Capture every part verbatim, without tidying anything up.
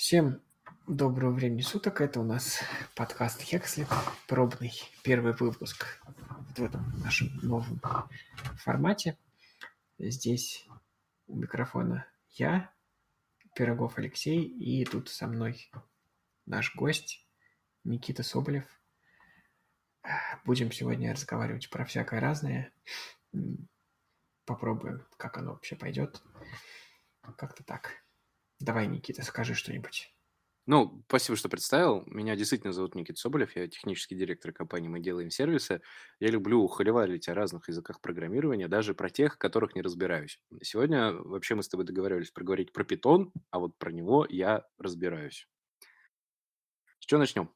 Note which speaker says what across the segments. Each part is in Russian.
Speaker 1: Всем доброго времени суток. Это у нас подкаст Hexlet, пробный первый выпуск в этом нашем новом формате. Здесь у микрофона я, Пирогов Алексей, и тут со мной наш гость Никита Соболев. Будем сегодня разговаривать про всякое разное. Попробуем, как оно вообще пойдет. Как-то так. Давай, Никита, скажи что-нибудь.
Speaker 2: Ну, спасибо, что представил. Меня действительно зовут Никита Соболев, я технический директор компании «Мы делаем сервисы». Я люблю холиварить о разных языках программирования, даже про тех, в которых не разбираюсь. Сегодня вообще мы с тобой договаривались проговорить про Python, а вот про него я разбираюсь. С чего начнем?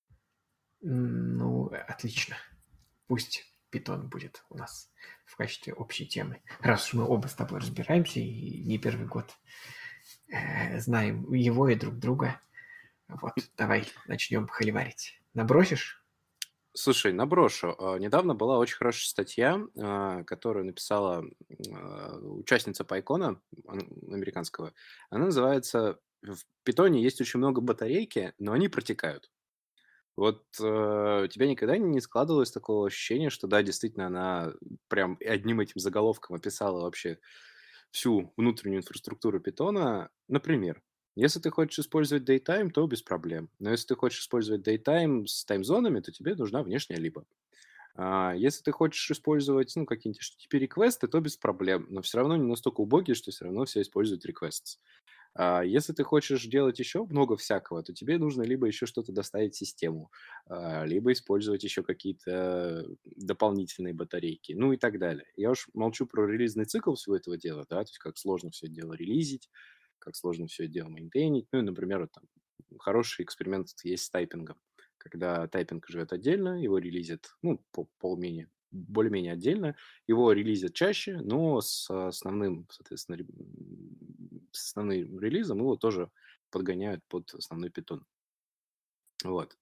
Speaker 1: Ну, отлично. Пусть Python будет у нас в качестве общей темы. Раз уж мы оба с тобой разбираемся и не первый год э, знаем его и друг друга, вот, давай начнем холиварить. Набросишь?
Speaker 2: Слушай, наброшу. А, Недавно была очень хорошая статья, а, которую написала а, участница PyCon ан- американского. Она называется «В питоне есть очень много батарейки, но они протекают». Вот, э, у тебя никогда не складывалось такого ощущения, что да, действительно, она прям одним этим заголовком описала вообще всю внутреннюю инфраструктуру питона? Например, если ты хочешь использовать datetime, то без проблем. Но если ты хочешь использовать datetime с таймзонами, то тебе нужна внешняя либо. А, если ты хочешь использовать, ну, какие-нибудь эйч ти ти пи-реквесты, то без проблем. Но все равно не настолько убогие, что все равно все используют requests. А, Если ты хочешь делать еще много всякого, то тебе нужно либо еще что-то доставить в систему, а, либо использовать еще какие-то дополнительные батарейки, ну и так далее. Я уж молчу про релизный цикл всего этого дела, да, то есть как сложно все это дело релизить, как сложно все это дело мейнтейнить. Ну и, например, вот там хороший эксперимент есть с тайпингом, когда тайпинг живет отдельно, его релизят, ну, по полменее, более-менее отдельно, его релизят чаще, но с основным, соответственно, ре- м, с основным релизом его тоже подгоняют под основной питон. Вот.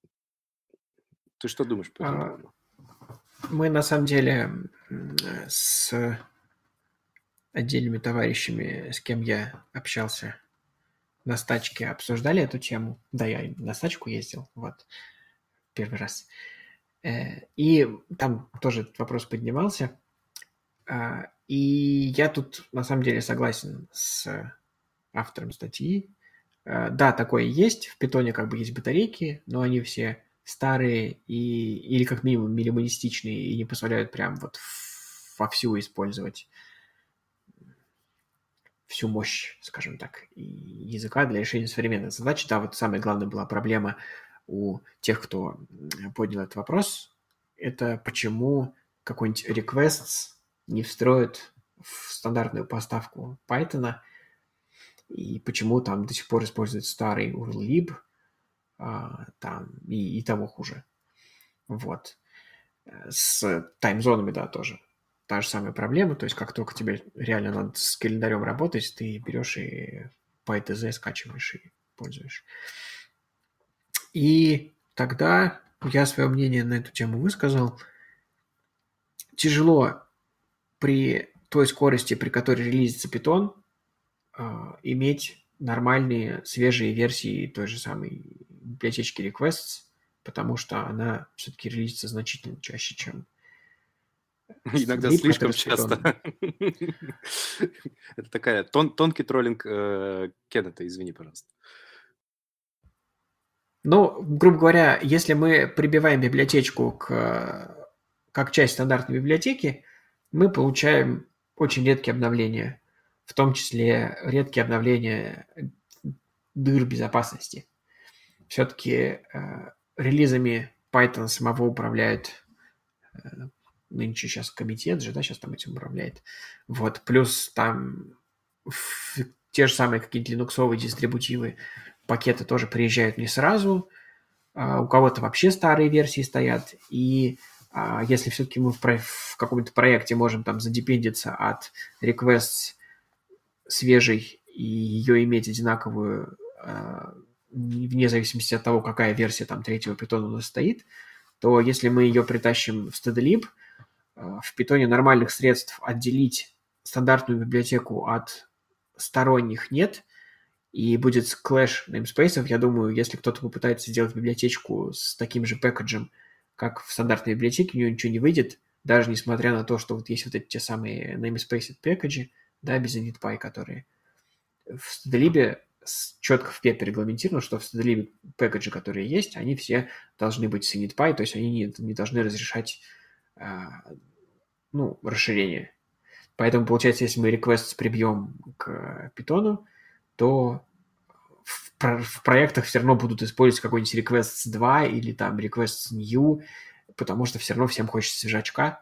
Speaker 2: Ты что думаешь по этому
Speaker 1: А,
Speaker 2: поводу?
Speaker 1: Мы на самом деле м, с отдельными товарищами, с кем я общался на стачке, обсуждали эту тему. Да, я и на стачку ездил, вот, первый раз. Э, И там тоже этот вопрос поднимался. А, И я тут на самом деле согласен с автором статьи. А, Да, такое есть. В питоне как бы есть батарейки, но они все старые и, или как минимум минималистичные и не позволяют прям вот вовсю использовать всю мощь, скажем так, языка для решения современных задач. Да, вот самая главная была проблема у тех, кто поднял этот вопрос, это почему какой-нибудь requests не встроят в стандартную поставку Python, и почему там до сих пор используют старый urllib, а, там, и, и того хуже. Вот. С таймзонами, да, тоже та же самая проблема. То есть, как только тебе реально надо с календарем работать, ты берешь и PyTZ скачиваешь и пользуешь. И тогда я свое мнение на эту тему высказал. Тяжело при той скорости, при которой релизится Python, иметь нормальные свежие версии той же самой библиотечки requests, потому что она все-таки релизится значительно чаще, чем
Speaker 2: Иногда
Speaker 1: stdlib, который
Speaker 2: слишком
Speaker 1: с Python.
Speaker 2: часто. Это такая тон- тонкий троллинг э, Кеннета, извини, пожалуйста.
Speaker 1: Ну, грубо говоря, если мы прибиваем библиотечку к, как часть стандартной библиотеки, мы получаем очень редкие обновления, в том числе редкие обновления дыр безопасности. Все-таки э, релизами Python самого управляют э, нынче сейчас комитет же, да, сейчас там этим управляет. Вот, плюс там в, те же самые какие-то линуксовые дистрибутивы, пакеты тоже приезжают не сразу, а у кого-то вообще старые версии стоят, и а, если все-таки мы в, про- в каком-то проекте можем там задепендиться от requests свежей и ее иметь одинаковую а, вне зависимости от того, какая версия там третьего питона у нас стоит, то если мы ее притащим в stdlib, а, в питоне нормальных средств отделить стандартную библиотеку от сторонних нет, и будет clash namespace. Я думаю, если кто-то попытается сделать библиотечку с таким же пэкэджем, как в стандартной библиотеке, у него ничего не выйдет, даже несмотря на то, что вот есть вот эти те самые namespace пэкэджи, да, без initpy, которые в stdlib четко в пепе регламентировано, что в stdlib пэкэджи, которые есть, они все должны быть с initpy, то есть они не, не должны разрешать а, ну, расширение. Поэтому, получается, если мы requests прибьем к питону, то в, про- в проектах все равно будут использовать какой-нибудь requests два или там requests new, потому что все равно всем хочется свежачка.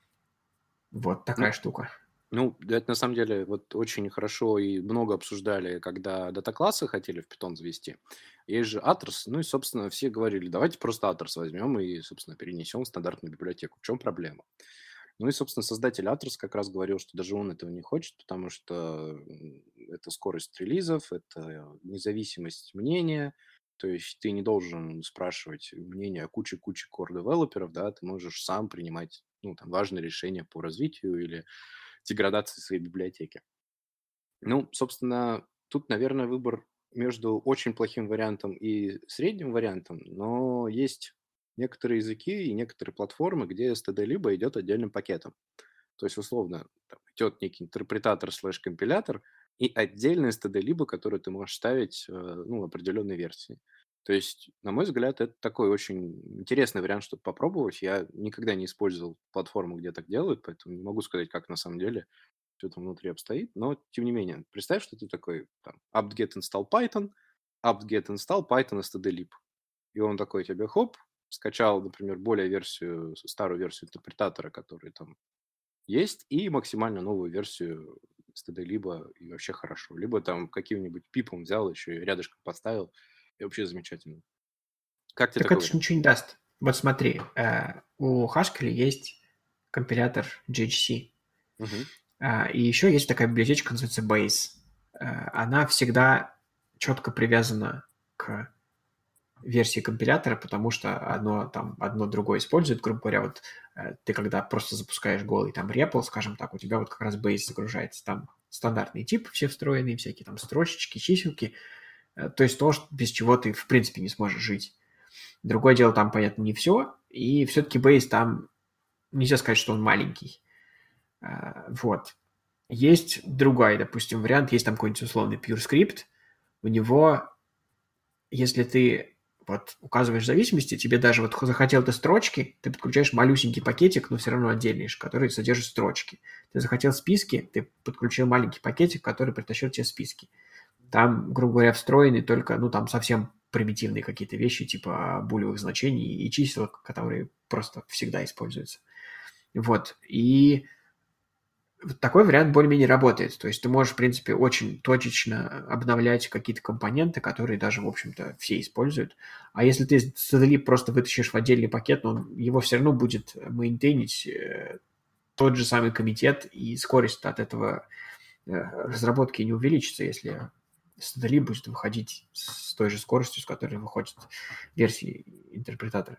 Speaker 1: Вот такая
Speaker 2: Ну,
Speaker 1: штука.
Speaker 2: ну, это на самом деле вот очень хорошо и много обсуждали, когда дата-классы хотели в Python завести. Есть же Atres, ну и, собственно, все говорили, давайте просто Atres возьмем и, собственно, перенесем в стандартную библиотеку. В чем проблема? Ну и, собственно, создатель Atres как раз говорил, что даже он этого не хочет, потому что м, это скорость релизов, это независимость мнения, то есть ты не должен спрашивать мнение кучи-кучи core-девелоперов, да, ты можешь сам принимать, ну, там, важные решения по развитию или деградации своей библиотеки. Ну, собственно, тут, наверное, выбор между очень плохим вариантом и средним вариантом, но есть некоторые языки и некоторые платформы, где std-либо идет отдельным пакетом. То есть, условно, там идет некий интерпретатор слэш-компилятор и отдельный std-либо, который ты можешь ставить э, ну, в определенной версии. То есть, на мой взгляд, это такой очень интересный вариант, чтобы попробовать. Я никогда не использовал платформу, где так делают, поэтому не могу сказать, как на самом деле что там внутри обстоит. Но, тем не менее, представь, что ты такой, там, apt-get install Python, apt-get install Python std-lib. И он такой тебе, хоп, скачал, например, более версию, старую версию интерпретатора, который там есть, и максимально новую версию std-либо, и вообще хорошо. Либо там каким-нибудь пипом взял, еще и рядышком поставил, и вообще замечательно. Как тебе
Speaker 1: Так
Speaker 2: такой
Speaker 1: это же
Speaker 2: вариант?
Speaker 1: ничего не даст. Вот смотри, э, у Haskell есть компилятор джей эйч си,
Speaker 2: Мгм.
Speaker 1: а, и еще есть такая библиотечка, называется Base. Э, она всегда четко привязана к версии компилятора, потому что одно там одно другое использует. Грубо говоря, вот э, ты когда просто запускаешь голый там репл, скажем так, у тебя вот как раз Base загружается. Там стандартные типы все встроенные, всякие там строчечки, чиселки. Э, то есть то, что- без чего ты в принципе не сможешь жить. Другое дело, там, понятно, не все, и все-таки Base там нельзя сказать, что он маленький. А, Вот. Есть другой, допустим, вариант, есть там какой-нибудь условный PureScript, у него, если ты вот указываешь зависимости, тебе даже вот захотел ты строчки, ты подключаешь малюсенький пакетик, но все равно отдельный, который содержит строчки. Ты захотел списки, ты подключил маленький пакетик, который притащил тебе списки. Там, грубо говоря, встроены только, ну, там совсем примитивные какие-то вещи, типа булевых значений и чисел, которые просто всегда используются. Вот. И такой вариант более-менее работает. То есть ты можешь, в принципе, очень точечно обновлять какие-то компоненты, которые даже, в общем-то, все используют. А если ты stdlib просто вытащишь в отдельный пакет, но его все равно будет мейнтейнить э, тот же самый комитет, и скорость от этого э, разработки не увеличится, если stdlib будет выходить с той же скоростью, с которой выходит версии интерпретатора.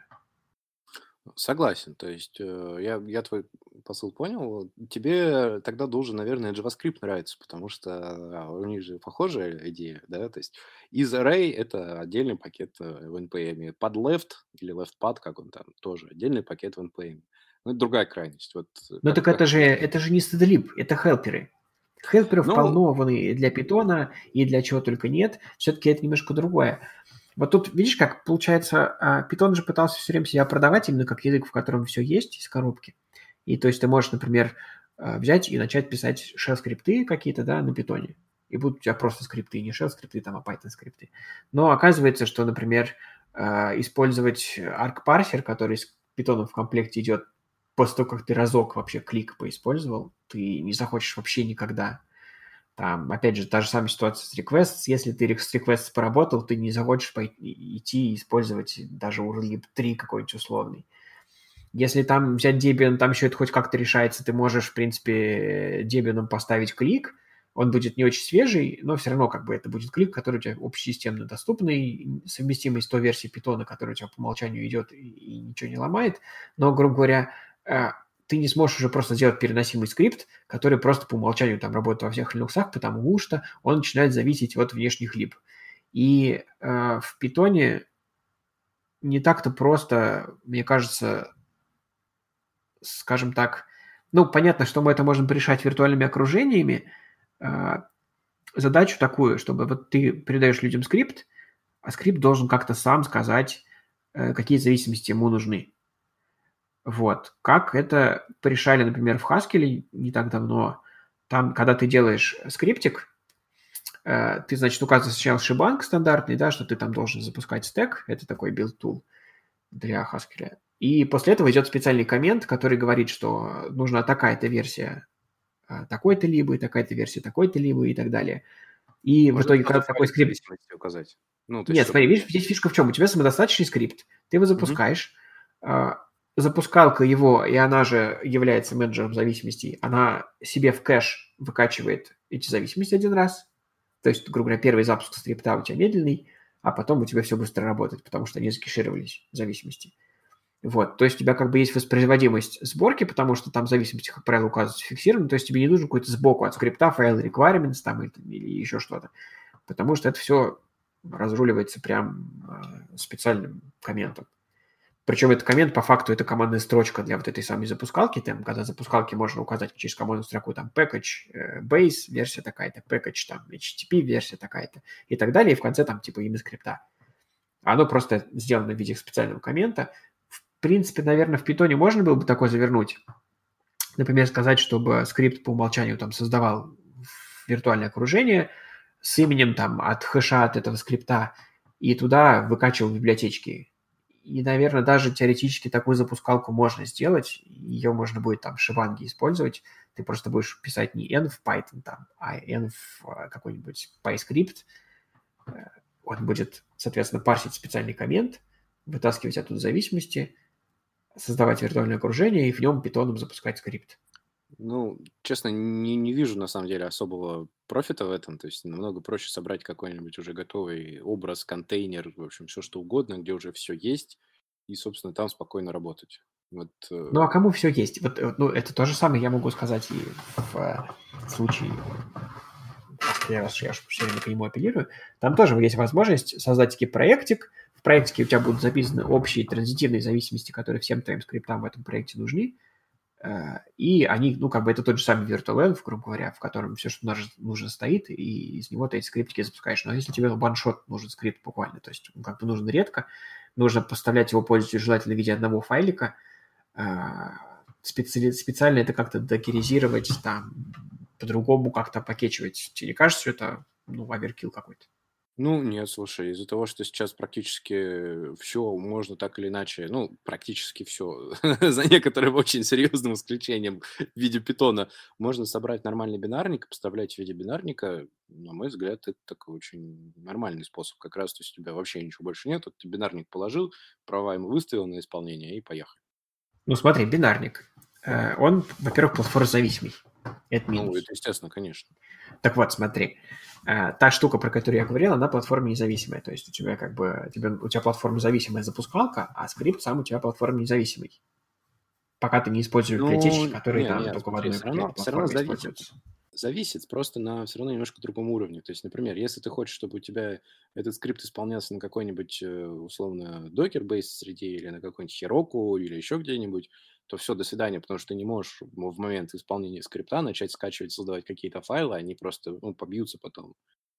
Speaker 2: Согласен, то есть э, я, я твой посыл понял. Тебе тогда должен, наверное, JavaScript нравиться, потому что а, у них же похожая идея, да, то есть isArray — это отдельный пакет э, в эн пи эм, под left или leftpad, как он там, тоже отдельный пакет в эн пи эм. Ну, это другая крайность. Вот э,
Speaker 1: Но
Speaker 2: как,
Speaker 1: так
Speaker 2: как
Speaker 1: это
Speaker 2: ты
Speaker 1: же,
Speaker 2: думаешь?
Speaker 1: это же не stdlib, это хелперы. Хелперов
Speaker 2: Ну,
Speaker 1: полно вон и для питона, и для чего только нет. Все-таки это немножко другое. Вот тут, видишь, как получается, питон же пытался все время себя продавать именно как язык, в котором все есть из коробки. И то есть ты можешь, например, а, взять и начать писать shell-скрипты какие-то, да, на питоне. И будут у тебя просто скрипты, не shell-скрипты, там, а Python-скрипты. Но оказывается, что, например, а, использовать arc-парсер, который с питоном в комплекте идет, после того, как ты разок вообще клик поиспользовал, ты не захочешь вообще никогда. Там, опять же, та же самая ситуация с requests. Если ты с requests поработал, ты не захочешь пойти, идти и использовать даже urlib три какой-нибудь условный. Если там взять Debian, там еще это хоть как-то решается, ты можешь, в принципе, Debian поставить клик, он будет не очень свежий, но все равно как бы это будет клик, который у тебя общесистемно доступный, совместимый с той версией питона, которая у тебя по умолчанию идет и, и ничего не ломает. Но, грубо говоря, э, ты ты не сможешь уже просто сделать переносимый скрипт, который просто по умолчанию там работает во всех Linux, потому что он начинает зависеть от внешних либ. И э, в Python не так-то просто, мне кажется, скажем так, ну, понятно, что мы это можем решать виртуальными окружениями, э, задачу такую, чтобы вот ты передаешь людям скрипт, а скрипт должен как-то сам сказать, э, какие зависимости ему нужны. Вот. Как это порешали, например, в Haskell не так давно. Там, когда ты делаешь скриптик, э, ты, значит, указываешь сначала шибанг стандартный, да, что ты там должен запускать стек, это такой build-tool для Haskell. И после этого идет специальный коммент, который говорит, что нужна такая-то версия э, такой-то либо, такая-то версия такой-то либо и так далее. И в
Speaker 2: Можно
Speaker 1: итоге,
Speaker 2: сразу
Speaker 1: когда такой
Speaker 2: файл
Speaker 1: скрипт...
Speaker 2: зависимости указать. Ну, то есть,
Speaker 1: Нет,
Speaker 2: чтобы...
Speaker 1: смотри, видишь, здесь фишка в чем? У тебя самодостаточный скрипт, ты его
Speaker 2: Мгм.
Speaker 1: запускаешь, а, запускалка его, и она же является менеджером зависимостей, она себе в кэш выкачивает эти зависимости один раз. То есть, грубо говоря, первый запуск скрипта у тебя медленный, а потом у тебя все быстро работает, потому что они закешировались, зависимости. Вот, то есть у тебя как бы есть воспроизводимость сборки, потому что там зависимости, как правило, указываются фиксированы, то есть тебе не нужен какой-то сбоку от скрипта файл requirements там или, или еще что-то, потому что это все разруливается прям э, специальным комментом. Причем этот коммент, по факту, это командная строчка для вот этой самой запускалки. Там, когда запускалки можно указать через командную строку там package, э, base, версия такая-то, package, там, эйч ти ти пи, версия такая-то и так далее. И в конце там типа имя скрипта. Оно просто сделано в виде специального коммента. В принципе, наверное, в Python можно было бы такое завернуть. Например, сказать, чтобы скрипт по умолчанию там создавал виртуальное окружение с именем там от хэша от этого скрипта и туда выкачивал библиотечки. И, наверное, даже теоретически такую запускалку можно сделать. Ее можно будет там в шибанге использовать. Ты просто будешь писать не n в Python, там, а n в какой-нибудь PyScript. Он будет, соответственно, парсить специальный коммент, вытаскивать оттуда зависимости, создавать виртуальное окружение и в нем питоном запускать скрипт.
Speaker 2: Ну, честно, не, не вижу на самом деле особого профита в этом. То есть намного проще собрать какой-нибудь уже готовый образ, контейнер, в общем, все что угодно, где уже все есть, и, собственно, там спокойно работать. Вот, э,
Speaker 1: Ну, а кому все есть? Вот, э, ну, это то же самое я могу сказать и в э, случае, я, я же все время к нему апеллирую. Там тоже есть возможность создать таки проектик. В проектике у тебя будут записаны общие транзитивные зависимости, которые всем твоим скриптам в этом проекте нужны. Э, И они, ну, как бы это тот же самый VirtualEnv, грубо говоря, в котором все, что нужно, нужно стоит, и из него ты эти скриптики запускаешь. Но если тебе ваншот нужен скрипт буквально, то есть он как бы нужен редко, нужно поставлять его пользователю желательно в виде одного файлика, специ... специально это как-то докеризировать, там, по-другому как-то покечивать. Тебе не кажется, что это, ну, оверкилл какой-то?
Speaker 2: ну, нет, слушай, из-за того, что сейчас практически все можно так или иначе, ну, практически все, за некоторым очень серьезным исключением в виде питона, можно собрать нормальный бинарник, поставлять в виде бинарника, на мой взгляд, это такой очень нормальный способ. Как раз, то есть у тебя вообще ничего больше нет, вот ты бинарник положил, права ему выставил на исполнение и поехали.
Speaker 1: Ну, смотри, бинарник. Э, Он, во-первых, платформозависимый. Это
Speaker 2: Ну,
Speaker 1: минус.
Speaker 2: это естественно, конечно.
Speaker 1: Так вот, смотри. Э, Та штука, про которую я говорил, она платформа независимая. То есть у тебя как бы тебе, у тебя платформа зависимая запускалка, а скрипт сам у тебя платформа независимый. Пока ты не используешь библиотечки,
Speaker 2: Ну,
Speaker 1: которые
Speaker 2: не,
Speaker 1: там
Speaker 2: не,
Speaker 1: только в
Speaker 2: смотри,
Speaker 1: одной
Speaker 2: все равно,
Speaker 1: конкретной
Speaker 2: все равно
Speaker 1: платформе
Speaker 2: зависит.
Speaker 1: используются.
Speaker 2: Зависит просто на все равно немножко другом уровне. То есть, например, если ты хочешь, чтобы у тебя этот скрипт исполнялся на какой-нибудь, э, условно, Docker-based среде или на какой-нибудь Heroku или еще где-нибудь, то все, до свидания, потому что ты не можешь в в момент исполнения скрипта начать скачивать, создавать какие-то файлы, они просто, ну, побьются потом.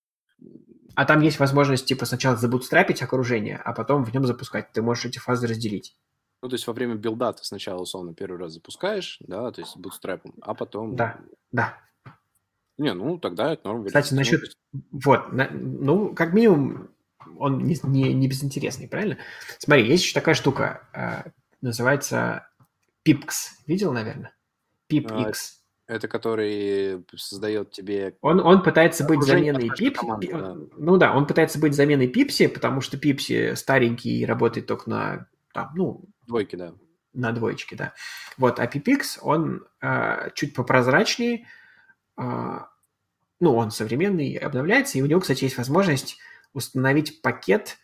Speaker 1: А там есть возможность, типа, сначала забутстрапить окружение, а потом в нем запускать. Ты можешь эти фазы разделить.
Speaker 2: Ну, то есть во время билда ты сначала, условно, первый раз запускаешь, да, то есть бутстрапом, а потом...
Speaker 1: Да, да.
Speaker 2: Не, ну, тогда это норм
Speaker 1: Кстати,
Speaker 2: выглядит. Ну, то
Speaker 1: насчет...
Speaker 2: есть,
Speaker 1: Вот, на- ну, как минимум, он не, не, не безинтересный, правильно? Смотри, есть еще такая штука, э, называется пипкс. Видел, наверное?
Speaker 2: а,
Speaker 1: пипикс.
Speaker 2: это который создает тебе
Speaker 1: Он, он пытается быть
Speaker 2: окружение под
Speaker 1: заменой
Speaker 2: каждую
Speaker 1: пип...
Speaker 2: команду,
Speaker 1: пи-
Speaker 2: да.
Speaker 1: Ну да, он пытается быть заменой пипси, потому что пипси старенький и работает только на, там, ну,
Speaker 2: Двойки, да.
Speaker 1: на двоечке, да. Вот, а пипикс, он э, чуть попрозрачнее, э, ну, он современный, обновляется, и у него, кстати, есть возможность установить пакет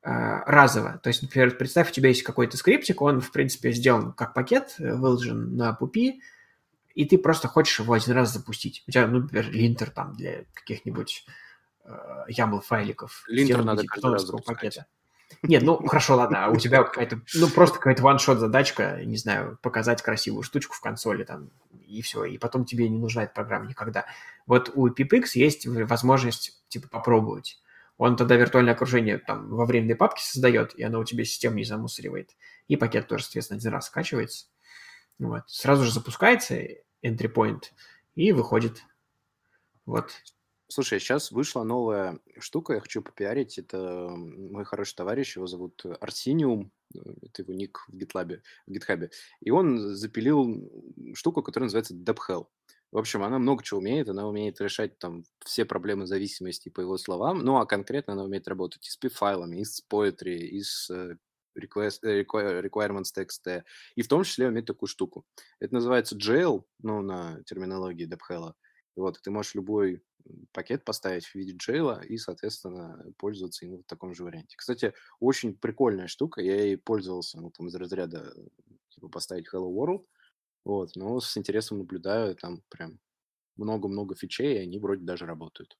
Speaker 1: разово. То есть, например, представь, у тебя есть какой-то скриптик, он, в принципе, сделан как пакет, выложен на пупи, и ты просто хочешь его один раз запустить. У тебя, ну, например, линтер там для каких-нибудь YAML-файликов
Speaker 2: Линтер
Speaker 1: сделан в
Speaker 2: надо
Speaker 1: виде
Speaker 2: каждый раз
Speaker 1: питоновского
Speaker 2: запускать.
Speaker 1: пакета. Нет, ну, хорошо, ладно, а у тебя какая-то, ну, просто какая-то ваншот задачка, не знаю, показать красивую штучку в консоли там, и все, и потом тебе не нужна эта программа никогда. Вот у pipx есть возможность, типа, попробовать. Он тогда виртуальное окружение там во временной папке создает, и оно у тебя систему не замусоривает. И пакет тоже, соответственно, один раз скачивается. Вот. Сразу же запускается entry point и выходит. Вот.
Speaker 2: Слушай, сейчас вышла новая штука, я хочу попиарить. Это мой хороший товарищ, его зовут Арсениум, это его ник в GitLab, в GitHub. И он запилил штуку, которая называется DebHell. В общем, она много чего умеет, она умеет решать там все проблемы зависимости по его словам, ну а конкретно она умеет работать и с пи-файлами, и с poetry, и с request, requirements text, и в том числе умеет такую штуку. Это называется jail, ну на терминологии DebHell. Вот, ты можешь любой пакет поставить в виде джейла и, соответственно, пользоваться им в таком же варианте. Кстати, очень прикольная штука, я ей пользовался, ну, там, из разряда, типа, поставить Hello World, вот, но с интересом наблюдаю, там прям много-много фичей, и они вроде даже работают.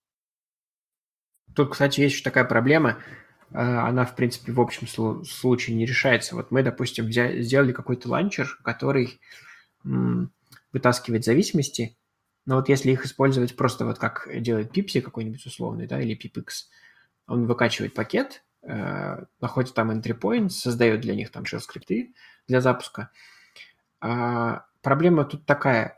Speaker 1: Тут, кстати, есть еще такая проблема, она, в принципе, в общем случае не решается. Вот мы, допустим, взяли, сделали какой-то ланчер, который м, вытаскивает зависимости, но вот если их использовать просто вот как делает Pipsy какой-нибудь условный, да, или pipx, он выкачивает пакет, э, находит там entry point, создает для них там shell-скрипты для запуска. А проблема тут такая.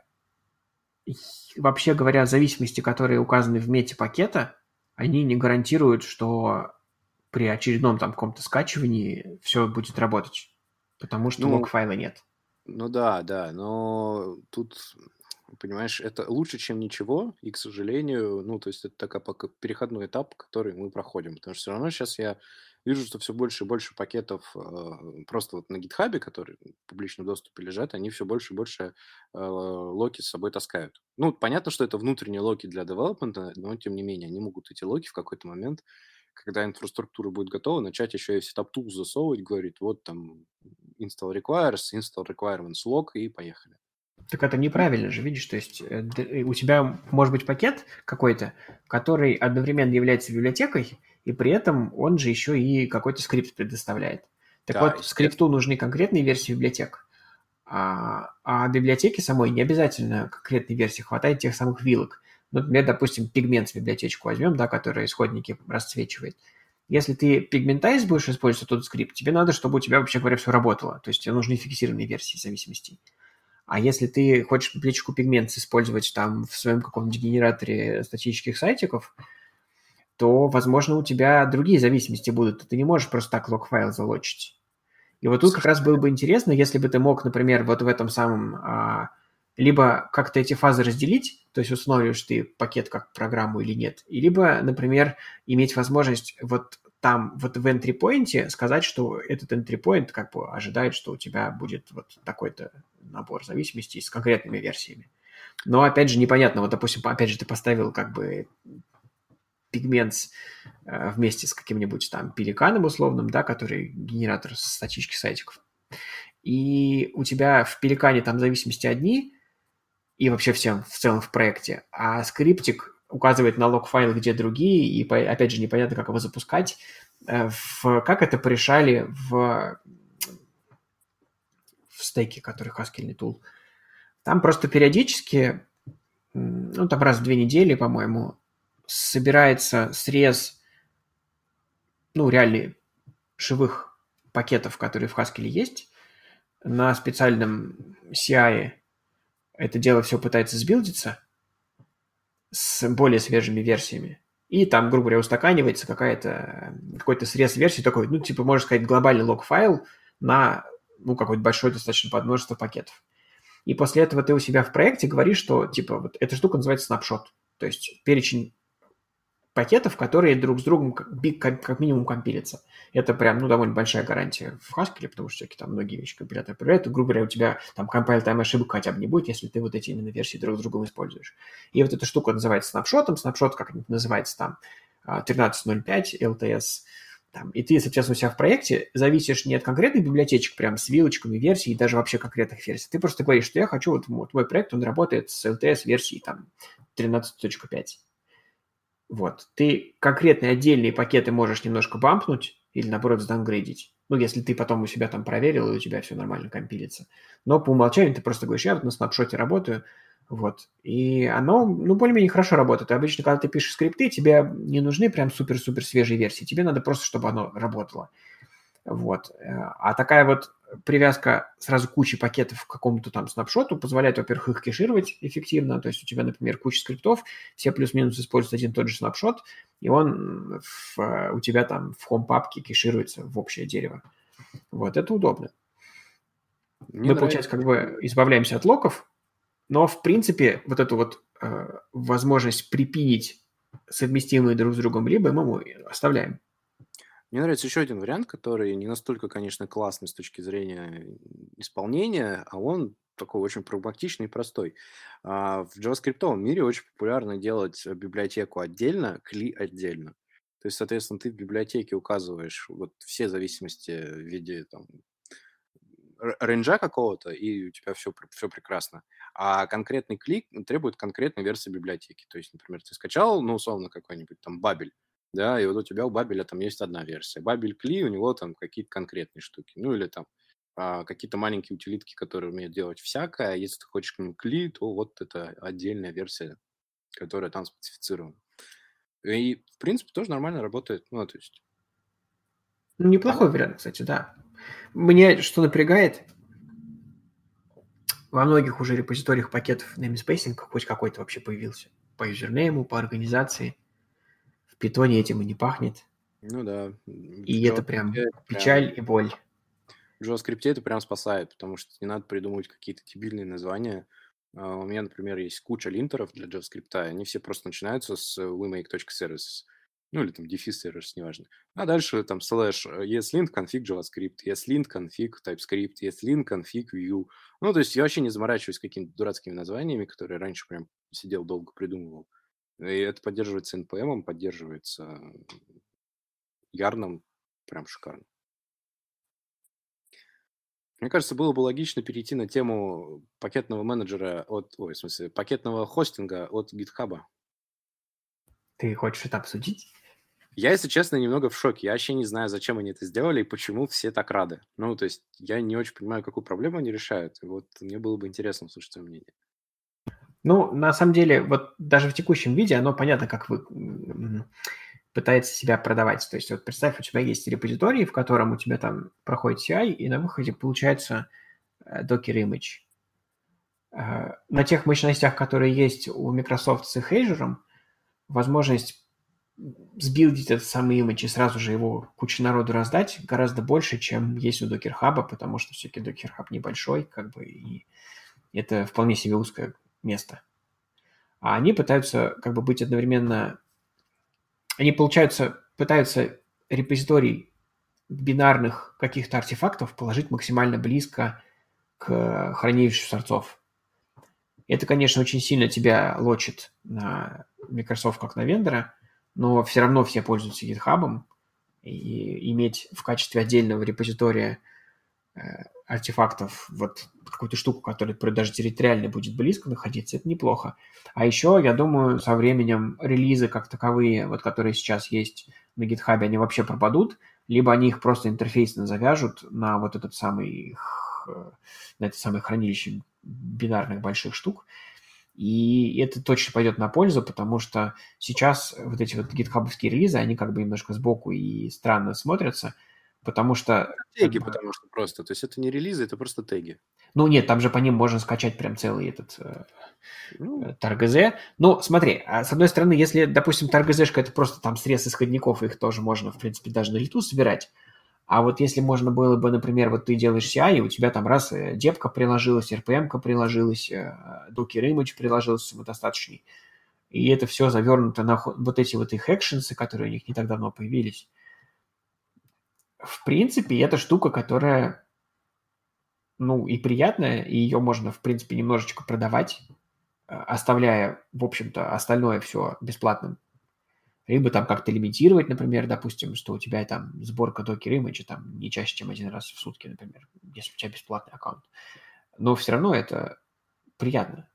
Speaker 1: Вообще говоря, зависимости, которые указаны в мете пакета, они не гарантируют, что при очередном там каком-то скачивании все будет работать, потому что
Speaker 2: Ну,
Speaker 1: лог-файла нет.
Speaker 2: Ну да, да, но тут, понимаешь, это лучше, чем ничего, и, к сожалению, ну, то есть это такой пока переходной этап, который мы проходим, потому что все равно сейчас я вижу, что все больше и больше пакетов э, просто вот на гитхабе, которые в публичном доступе лежат, они все больше и больше э, локи с собой таскают. Ну, понятно, что это внутренние локи для девелопмента, но тем не менее, они могут эти локи в какой-то момент, когда инфраструктура будет готова, начать еще и в setup tools засовывать, говорит, вот там install requires, install requirements log, и поехали.
Speaker 1: Так это неправильно же, видишь, то есть э, д- у тебя может быть пакет какой-то, который одновременно является библиотекой, и при этом он же еще и какой-то скрипт предоставляет. Так
Speaker 2: Да,
Speaker 1: вот,
Speaker 2: естественно.
Speaker 1: скрипту нужны конкретные версии библиотек, а, а библиотеке самой не обязательно конкретной версии, хватает тех самых вилок. Ну, например, допустим, пигмент библиотечку возьмем, да, которая исходники расцвечивает. Если ты пигментайз будешь использовать тот скрипт, тебе надо, чтобы у тебя, вообще говоря, все работало. То есть тебе нужны фиксированные версии зависимостей. А если ты хочешь библиотечку Pigments использовать там в своем каком-нибудь генераторе статических сайтиков, то, возможно, у тебя другие зависимости будут. Ты не можешь просто так лог-файл залочить. И вот тут как раз было бы интересно, если бы ты мог, например, вот в этом самом а, либо как-то эти фазы разделить, то есть устанавливаешь ты пакет как программу или нет, и либо, например, иметь возможность вот там, вот в entry point сказать, что этот entry point как бы ожидает, что у тебя будет вот такой-то набор зависимостей с конкретными версиями. Но, опять же, непонятно. Вот, допустим, опять же, ты поставил как бы Pigments э, вместе с каким-нибудь там пеликаном условным, да, который генератор статических сайтиков. И у тебя в пеликане там зависимости одни, и вообще всем в целом в проекте, а скриптик указывает на лог-файл, где другие, и, опять же, непонятно, как его запускать. В, как это порешали в, в стеке, который Haskell Tool. Там просто периодически, ну, там раз в две недели, по-моему, собирается срез, ну, реально живых пакетов, которые в Haskell есть, на специальном си ай это дело все пытается сбилдиться с более свежими версиями. И там, грубо говоря, устаканивается какая-то, какой-то срез версий, такой, ну, типа, можно сказать, глобальный лог-файл на, ну, какое-то большое достаточно подмножество пакетов. И после этого ты у себя в проекте говоришь, что, типа, вот эта штука называется снапшот. То есть перечень пакетов, которые друг с другом как, как минимум компилятся. Это прям, ну, довольно большая гарантия в Haskell, потому что всякие там многие вещи компиляторы проверяют. И, грубо говоря, у тебя там compile time ошибок хотя бы не будет, если ты вот эти именно версии друг с другом используешь. И вот эта штука называется снапшотом. Снапшот, как называется там, тринадцать ноль пять эл ти эс, Там, и ты, соответственно, у себя в проекте зависишь не от конкретных библиотечек, прям с вилочками версий, и даже вообще конкретных версий. Ты просто говоришь, что я хочу, вот, вот мой проект, он работает с эл ти эс версией там тринадцать точка пять. Вот. Ты конкретные отдельные пакеты можешь немножко бампнуть или, наоборот, сдаунгрейдить. Ну, если ты потом у себя там проверил, и у тебя все нормально компилится. Но по умолчанию ты просто говоришь, я вот на снапшоте работаю, вот. И оно, ну, более-менее хорошо работает. И обычно, когда ты пишешь скрипты, тебе не нужны прям супер-супер свежие версии. Тебе надо просто, чтобы оно работало. Вот. А такая вот привязка сразу кучи пакетов к какому-то там снапшоту позволяет, во-первых, их кэшировать эффективно. То есть у тебя, например, куча скриптов, все плюс-минус используют один и тот же снапшот, и он в, у тебя там в хом-папке кэшируется в общее дерево. Вот, это удобно.
Speaker 2: Мне
Speaker 1: Мы,
Speaker 2: нравится.
Speaker 1: получается, как бы избавляемся от локов, но, в принципе, вот эту вот э, возможность припинить совместимые друг с другом либо мы оставляем.
Speaker 2: Мне нравится еще один вариант, который не настолько, конечно, классный с точки зрения исполнения, а он такой очень прагматичный и простой. А, В JavaScript мире очень популярно делать библиотеку отдельно, кли отдельно. То есть, соответственно, ты в библиотеке указываешь вот все зависимости в виде там, р- рейнджа какого-то, и у тебя все, все прекрасно. А конкретный клик требует конкретной версии библиотеки. То есть, например, ты скачал, ну, условно, какой-нибудь там Бабель, да, и вот у тебя у Бабеля там есть одна версия. Бабель Кли, у него там какие-то конкретные штуки. Ну, или там а, какие-то маленькие утилитки, которые умеют делать всякое. А если ты хочешь к ним Кли, то вот это отдельная версия, которая там специфицирована. И, в принципе, тоже нормально работает. Ну, то есть...
Speaker 1: Ну, неплохой вариант, кстати, да. Мне что напрягает, во многих уже репозиториях пакетов namespacing хоть какой-то вообще появился. По юзернейму, по организации. В питоне этим и не пахнет.
Speaker 2: Ну да.
Speaker 1: И это прям
Speaker 2: прям...
Speaker 1: печаль и боль.
Speaker 2: В JavaScript это прям спасает, потому что не надо придумывать какие-то дебильные названия. Uh, у меня, например, есть куча линтеров для JavaScript, и они все просто начинаются с wemake.services. Ну, или там дефис services, неважно. А дальше там слэш eslint config JavaScript, eslint config TypeScript, eslint config Vue. Ну, то есть я вообще не заморачиваюсь какими-то дурацкими названиями, которые раньше прям сидел долго придумывал. И это поддерживается эн пи эм, поддерживается Ярном, прям шикарно. Мне кажется, было бы логично перейти на тему пакетного менеджера от, ой, в смысле, пакетного хостинга от GitHub.
Speaker 1: Ты хочешь это обсудить?
Speaker 2: Я, если честно, немного в шоке. Я вообще не знаю, зачем они это сделали и почему все так рады. Ну, то есть я не очень понимаю, какую проблему они решают. И вот мне было бы интересно услышать твое мнение.
Speaker 1: Ну, на самом деле, вот даже в текущем виде оно понятно, как вы пытается себя продавать. То есть вот представь, у тебя есть репозиторий, в котором у тебя там проходит си ай, и на выходе получается Docker Image. На тех мощностях, которые есть у Microsoft с их Azure, возможность сбилдить этот самый имидж и сразу же его куче народу раздать гораздо больше, чем есть у Docker Hub, потому что все-таки Docker Hub небольшой, как бы, и это вполне себе узкое место. А они пытаются как бы быть одновременно... Они, получаются, пытаются репозиторий бинарных каких-то артефактов положить максимально близко к хранилищу сорцов. Это, конечно, очень сильно тебя лочит на Microsoft как на вендора, но все равно все пользуются GitHub, и иметь в качестве отдельного репозитория э, артефактов вот какую-то штуку, которая даже территориально будет близко находиться, это неплохо. А еще, я думаю, со временем релизы как таковые, вот которые сейчас есть на GitHub, они вообще пропадут, либо они их просто интерфейсно завяжут на вот этот самый, на это самое хранилище бинарных больших штук, и это точно пойдет на пользу, потому что сейчас вот эти вот гитхабовские релизы, они как бы немножко сбоку и странно смотрятся, потому что...
Speaker 2: Теги,
Speaker 1: как бы,
Speaker 2: потому что просто. То есть это не релизы, это просто теги.
Speaker 1: Ну нет, там же по ним можно скачать прям целый этот
Speaker 2: Ну,
Speaker 1: tar.gz. Ну, смотри, с одной стороны, если, допустим, tar.gz-шка это просто там срез исходников, их тоже можно, в принципе, даже на лету собирать. А вот если можно было бы, например, вот ты делаешь си ай, и у тебя там раз депка приложилась, эр пи эм-ка приложилась, Docker Image приложился самодостаточный, и это все завернуто на вот эти вот их экшенсы, которые у них не так давно появились. В принципе, это штука, которая, ну, и приятная, и ее можно, в принципе, немножечко продавать, оставляя, в общем-то, остальное все бесплатным. Либо там как-то лимитировать, например, допустим, что у тебя там сборка докер-имиджа там не чаще, чем один раз в сутки, например, если у тебя бесплатный аккаунт. Но все равно это приятно.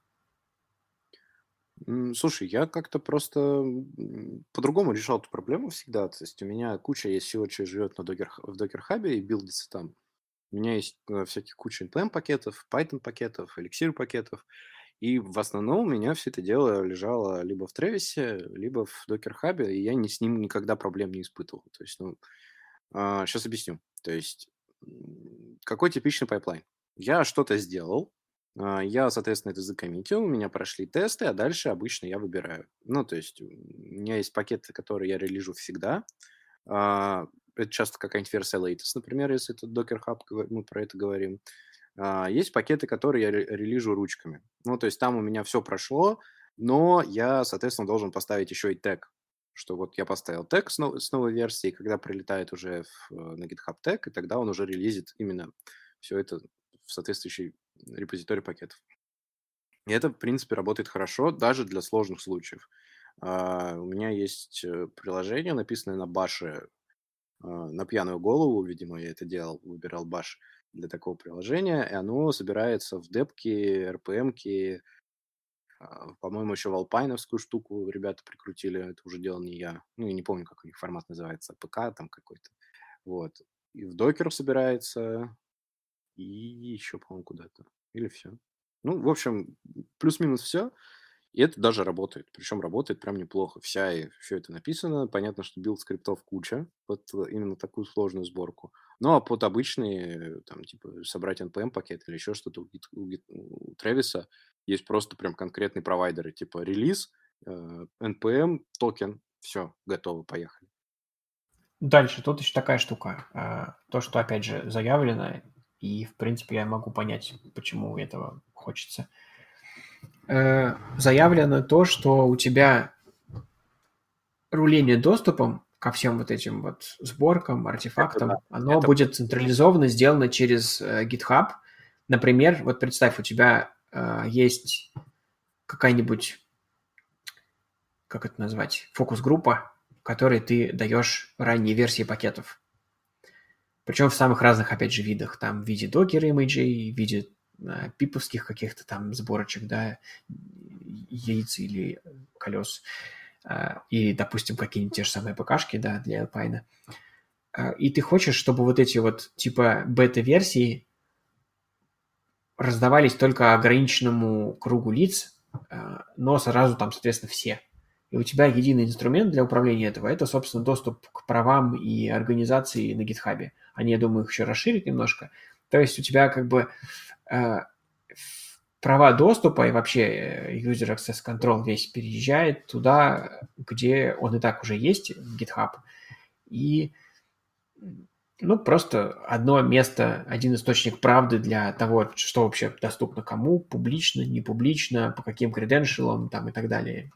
Speaker 2: М, Слушай, я как-то просто м, по-другому решал эту проблему всегда. То есть у меня куча есть всего, что живет на докер, в докер-хабе и билдится там. У меня есть э, всяких куча эн пи эм-пакетов, Python-пакетов, Elixir-пакетов. И в основном у меня все это дело лежало либо в Тревисе, либо в докер-хабе, и я ни, с ним никогда проблем не испытывал. То есть, ну, сейчас объясню. То есть, м, какой типичный пайплайн? Я что-то сделал, а, я, соответственно, это закоммитил, у меня прошли тесты, а дальше обычно я выбираю. Ну, то есть, у меня есть пакеты, которые я релижу всегда. А, Это часто какая-нибудь версия latest, например, если это Docker Hub, говор- мы про это говорим. А, Есть пакеты, которые я ре- релижу ручками. Ну, то есть там у меня все прошло, но я, соответственно, должен поставить еще и тег, что вот я поставил тег с, нов- с новой версии, и когда прилетает уже в, э, на GitHub тег, и тогда он уже релизит именно все это в соответствующий репозиторий пакетов. И это, в принципе, работает хорошо даже для сложных случаев. А, У меня есть э, приложение, написанное на баше, а, на пьяную голову, видимо, я это делал, выбирал баш для такого приложения, и оно собирается в депки, эр пи эм-ки, а, по-моему, еще в алпайновскую штуку ребята прикрутили, это уже делал не я. Ну, я не помню, как у них формат называется, пэ ка там какой-то. Вот. И в докер собирается, и еще, по-моему, куда-то. Или все. Ну, в общем, плюс-минус все. И это даже работает. Причем работает прям неплохо. Вся и все это написано. Понятно, что билд скриптов куча под э, именно такую сложную сборку. Ну, а под обычные, э, там, типа, собрать эн пи эм-пакет или еще что-то у, Git- у Git- у Travis есть просто прям конкретные провайдеры, типа релиз, э, эн пи эм, токен, все, готово, поехали.
Speaker 1: Дальше тут еще такая штука. а, То, что, опять же, заявлено, и, в принципе, я могу понять, почему этого хочется. Э, Заявлено то, что у тебя руление доступом ко всем вот этим вот сборкам,
Speaker 2: Это да,
Speaker 1: артефактам, оно
Speaker 2: это
Speaker 1: будет централизованно сделано через э, GitHub. Например, вот представь, у тебя э, есть какая-нибудь, как это назвать, фокус-группа, которой ты даешь ранние версии пакетов. Причем в самых разных, опять же, видах. Там в виде докер-имиджей, в виде э, пиповских каких-то там сборочек, да, яиц или колес. Э, и, допустим, какие-нибудь те же самые ПКшки, да, для Alpine. Э, И ты хочешь, чтобы вот эти вот типа бета-версии раздавались только ограниченному кругу лиц, э, но сразу там, соответственно, все. И у тебя единый инструмент для управления этого – это, собственно, доступ к правам и организации на GitHub. Они, я думаю, их еще расширят немножко. То есть у тебя как бы э, права доступа и вообще э, User Access Control весь переезжает туда, где он и так уже есть, в GitHub. И ну, просто одно место, один источник правды для того, что вообще доступно кому, публично, не публично, по каким креденшалам там и так далее.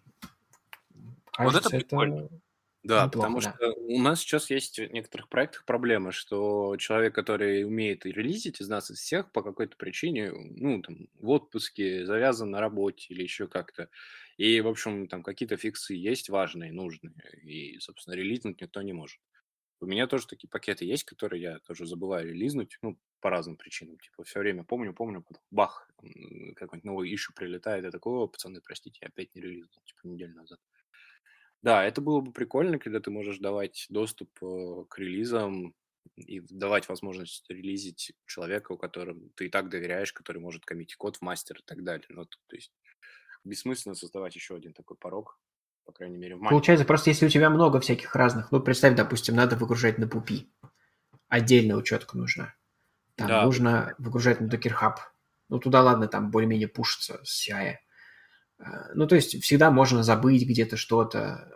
Speaker 2: Вот это
Speaker 1: Кажется,
Speaker 2: прикольно.
Speaker 1: это
Speaker 2: Да, потому
Speaker 1: неплохо, да.
Speaker 2: что у нас сейчас есть в некоторых проектах проблема, что человек, который умеет и релизить из нас, из всех, по какой-то причине, ну, там, в отпуске, завязан на работе или еще как-то. И, в общем, там какие-то фиксы есть важные, нужные, и, собственно, релизнуть никто не может. У меня тоже такие пакеты есть, которые я тоже забываю релизнуть, ну, по разным причинам. Типа, все время помню, помню, потом бах, м, какой-нибудь новый ищу прилетает, я такой: о, пацаны, простите, я опять не релизнул, типа, неделю назад. Да, это было бы прикольно, когда ты можешь давать доступ э, к релизам и давать возможность релизить человека, у которого ты и так доверяешь, который может коммитить код в мастер и так далее. Ну, то, то есть бессмысленно создавать еще один такой порог, по крайней мере, в маленьком.
Speaker 1: Получается, просто если у тебя много всяких разных, ну, представь, допустим, надо выгружать на пупи, отдельная учетка нужна. Там
Speaker 2: Да, вот,
Speaker 1: нужно выгружать на Docker Hub. Ну, туда, ладно, там более-менее пушится с си ай. А, Ну, то есть всегда можно забыть где-то что-то,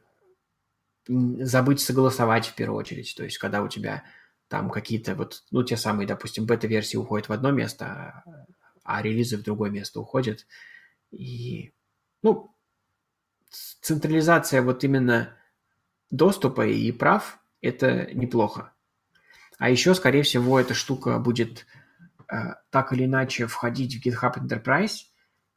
Speaker 1: забыть согласовать в первую очередь. То есть когда у тебя там какие-то вот, ну, те самые, допустим, бета-версии уходят в одно место, а, а релизы в другое место уходят. И, ну, централизация вот именно доступа и прав – это неплохо. А еще, скорее всего, эта штука будет э, так или иначе входить в GitHub Enterprise,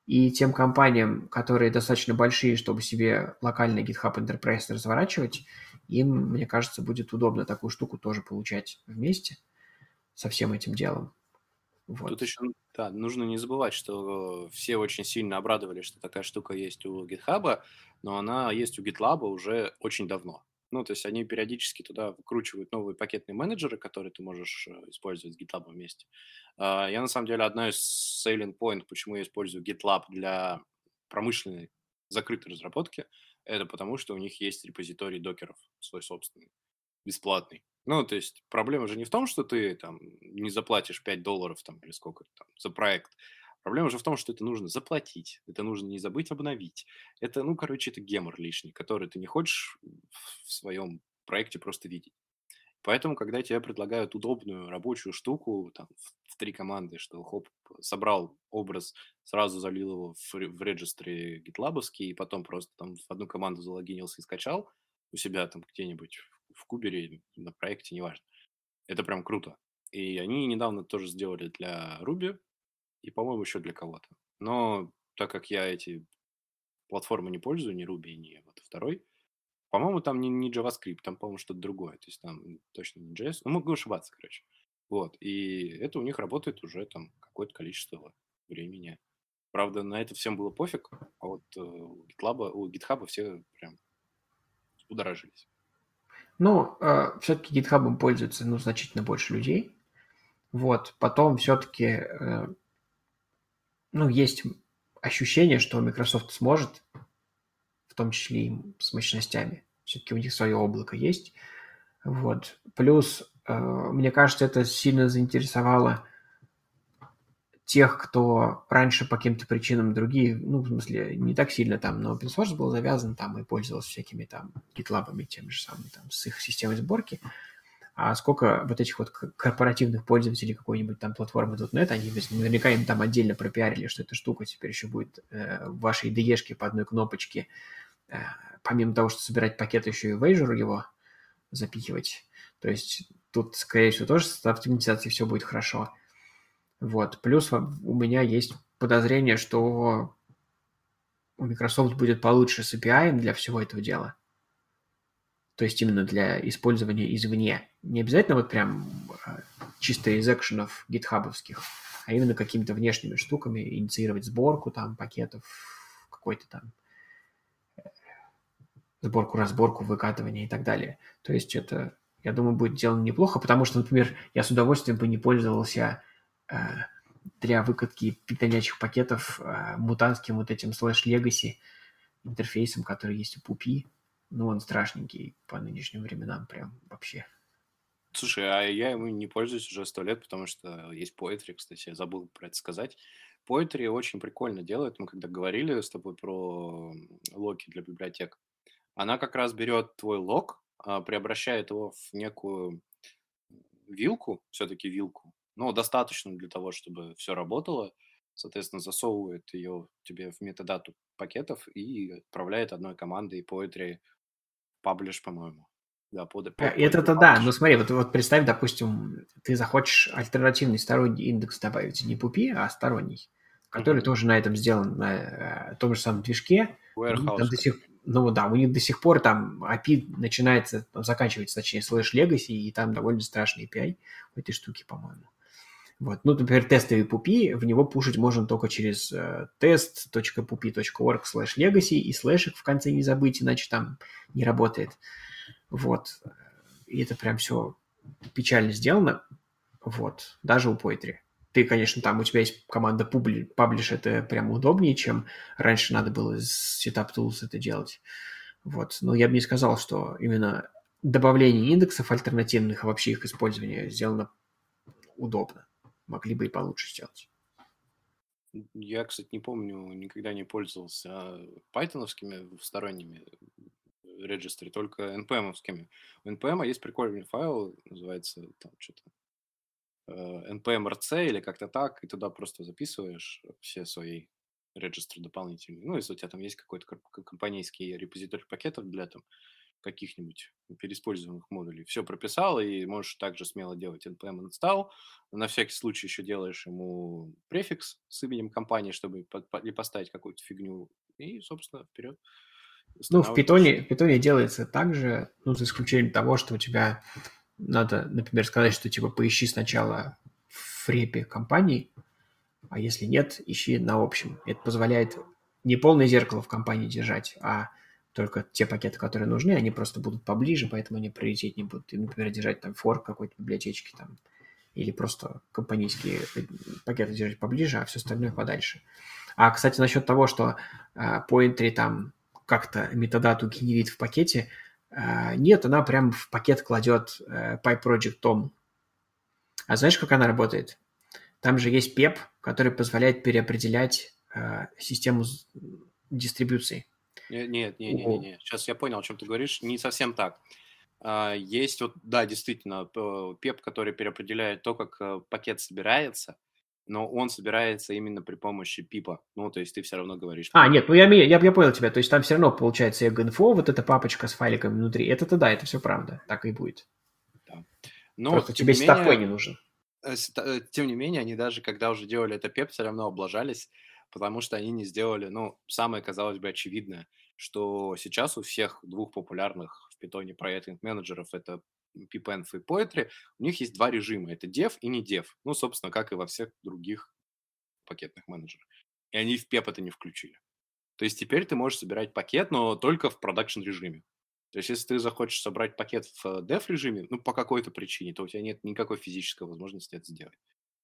Speaker 1: И тем компаниям, которые достаточно большие, чтобы себе локальный GitHub Enterprise разворачивать, им, мне кажется, будет удобно такую штуку тоже получать вместе со всем этим делом.
Speaker 2: Тут
Speaker 1: Вот.
Speaker 2: еще, да, нужно не забывать, что все очень сильно обрадовались, что такая штука есть у GitHub, но она есть у GitLab уже очень давно. Ну, то есть они периодически туда вкручивают новые пакетные менеджеры, которые ты можешь э, использовать с GitLab вместе. А, Я, на самом деле, одна из selling point, почему я использую GitLab для промышленной закрытой разработки, это потому, что у них есть репозиторий докеров свой собственный, бесплатный. Ну, то есть проблема же не в том, что ты там не заплатишь пять долларов там или сколько там за проект. Проблема же в том, что это нужно заплатить, это нужно не забыть обновить. Это, ну, короче, это гемор лишний, который ты не хочешь в своем проекте просто видеть. Поэтому, когда тебе предлагают удобную рабочую штуку, там, в, в три команды, что хоп, собрал образ, сразу залил его в, ре- в регистре гитлабовский, и потом просто там в одну команду залогинился и скачал у себя там где-нибудь в, в кубере, на проекте, неважно. Это прям круто. И они недавно тоже сделали для Ruby и, по-моему, еще для кого-то. Но так как я эти платформы не пользую, ни Ruby, ни вот второй, по-моему, там не, не JavaScript, там, по-моему, что-то другое. То есть там точно не джей эс. Ну, могу ошибаться, короче. Вот. И это у них работает уже там какое-то количество времени. Правда, на это всем было пофиг, а вот э, у GitLab, у GitHub все прям удоражились.
Speaker 1: Ну, э, все-таки GitHub пользуется, ну, значительно больше людей. Вот. Потом все-таки, э, ну, есть ощущение, что Microsoft сможет, в том числе и с мощностями. Все-таки у них свое облако есть. Вот. Плюс, э, мне кажется, это сильно заинтересовало тех, кто раньше по каким-то причинам другие, ну, в смысле, не так сильно там на open source был завязан там и пользовался всякими там GitLab'ами, тем же самым, там, с их системой сборки. А сколько вот этих вот корпоративных пользователей какой-нибудь там платформы .дот нет, они наверняка им там отдельно пропиарили, что эта штука теперь еще будет э, в вашей ай ди и-шке по одной кнопочке, э, помимо того, что собирать пакет, еще и в Azure его запихивать. То есть тут, скорее всего, тоже с оптимизацией все будет хорошо. Вот. Плюс у меня есть подозрение, что у Microsoft будет получше с эй пи ай для всего этого дела. То есть именно для использования извне. Не обязательно вот прям э, чисто из экшенов гитхабовских, а именно какими-то внешними штуками инициировать сборку там пакетов, какой-то там сборку, разборку, выкатывание и так далее. То есть это, я думаю, будет сделано неплохо, потому что, например, я с удовольствием бы не пользовался э, для выкатки питонячих пакетов э, мутантским вот этим слэш legacy интерфейсом, который есть у пупи. Ну, он страшненький по нынешним временам прям вообще.
Speaker 2: Слушай, а я ему не пользуюсь уже сто лет, потому что есть Poetry, кстати, я забыл про это сказать. Poetry очень прикольно делает. Мы когда говорили с тобой про м, локи для библиотек, она как раз берет твой лог, а, преобращает его в некую вилку, все-таки вилку, но достаточно для того, чтобы все работало. Соответственно, засовывает ее тебе в метадату пакетов и отправляет одной командой Poetry Publish, по-моему. Да, под,
Speaker 1: Э,
Speaker 2: по- Poetry
Speaker 1: Это-то да, но
Speaker 2: Publish.
Speaker 1: смотри, вот, вот представь, допустим, ты захочешь альтернативный сторонний индекс добавить, не пупи, а сторонний, который
Speaker 2: Мгм.
Speaker 1: тоже на этом сделан, на э, том же самом движке. У них там
Speaker 2: Warehouse
Speaker 1: до сих,
Speaker 2: какой-то.
Speaker 1: ну да, у них до сих пор там эй пи ай начинается, там, заканчивается, точнее, слэш legacy, и там довольно страшный эй пи ай у этой штуки, по-моему. Вот. Ну, например, тестовый пупи, в него пушить можно только через э, test.pupi.org slash legacy, и слэшик в конце не забыть, иначе там не работает. Вот. И это прям все печально сделано. Вот. Даже у Poetry. Ты, конечно, там у тебя есть команда Publish, это прям удобнее, чем раньше надо было с Setup Tools это делать. Вот. Но я бы не сказал, что именно добавление индексов альтернативных, а вообще их использование сделано удобно. Могли бы и получше сделать.
Speaker 2: Я, кстати, не помню, никогда не пользовался пайтоновскими сторонними регистры, только эн пи эм-овскими. У эн пи эм есть прикольный файл, называется там что-то эн пи эм эр си или как-то так, и туда просто записываешь все свои регистры дополнительные. Ну, если у тебя там есть какой-то комп- компанейский репозиторий пакетов для там каких-нибудь переиспользуемых модулей. Все прописал, и можешь также смело делать npm install. На всякий случай еще делаешь ему префикс с именем компании, чтобы по- по- или поставить какую-то фигню, и, собственно, вперед
Speaker 1: Ну, в
Speaker 2: устанавливаешь.
Speaker 1: питоне, в питоне делается так же, ну, за исключением того, что у тебя надо, например, сказать, что типа поищи сначала в репе компании, а если нет, ищи на общем. Это позволяет не полное зеркало в компании держать, а только те пакеты, которые нужны, они просто будут поближе, поэтому они приоритетнее будут. И, например, держать там форк какой-то библиотечки там, или просто компанийские пакеты держать поближе, а все остальное подальше. А, кстати, насчет того, что э, Pointry там как-то метадату генерит в пакете, э, нет, она прям в пакет кладет э, PyProject Tom. А знаешь, как она работает? Там же есть пеп, который позволяет переопределять э, систему дистрибуции.
Speaker 2: Нет, нет, нет, нет,
Speaker 1: У...
Speaker 2: нет. Сейчас я понял, о чем ты говоришь. Не совсем так. А, Есть вот, да, действительно, пеп, который переопределяет то, как э, пакет собирается, но он собирается именно при помощи пипа. Ну, то есть ты все равно говоришь
Speaker 1: А,
Speaker 2: пип.
Speaker 1: нет, ну я, я, я понял тебя. То есть там все равно получается eginfo, вот эта папочка с файликами внутри. Это-то да, это все правда. Так и будет.
Speaker 2: Да. Но,
Speaker 1: Просто
Speaker 2: тем
Speaker 1: тебе
Speaker 2: не
Speaker 1: статпой
Speaker 2: менее,
Speaker 1: не нужен.
Speaker 2: э, ста- э, тем не менее, они даже, когда уже делали это пеп, все равно облажались, потому что они не сделали, ну, самое, казалось бы, очевидное, что сейчас у всех двух популярных в питоне проектных менеджеров, это pipenv и Poetry, у них есть два режима, это dev и не dev, ну, собственно, как и во всех других пакетных менеджерах. И они в пеп это не включили. То есть теперь ты можешь собирать пакет, но только в продакшн режиме. То есть если ты захочешь собрать пакет в dev режиме, ну, по какой-то причине, то у тебя нет никакой физической возможности это сделать.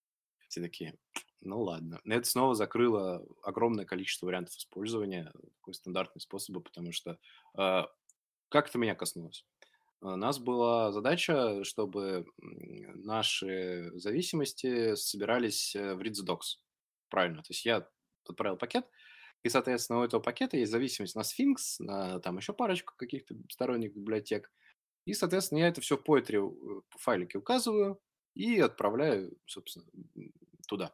Speaker 2: Все такие, ну ладно. Но это снова закрыло огромное количество вариантов использования, такой стандартный способ, потому что э, как это меня коснулось? У нас была задача, чтобы м, наши зависимости собирались э, в reads.docs. Правильно. То есть я отправил пакет, и, соответственно, у этого пакета есть зависимость на Sphinx, на там еще парочку каких-то сторонних библиотек. И, соответственно, я это все в Poetry э, файлике указываю и отправляю, собственно, м, туда.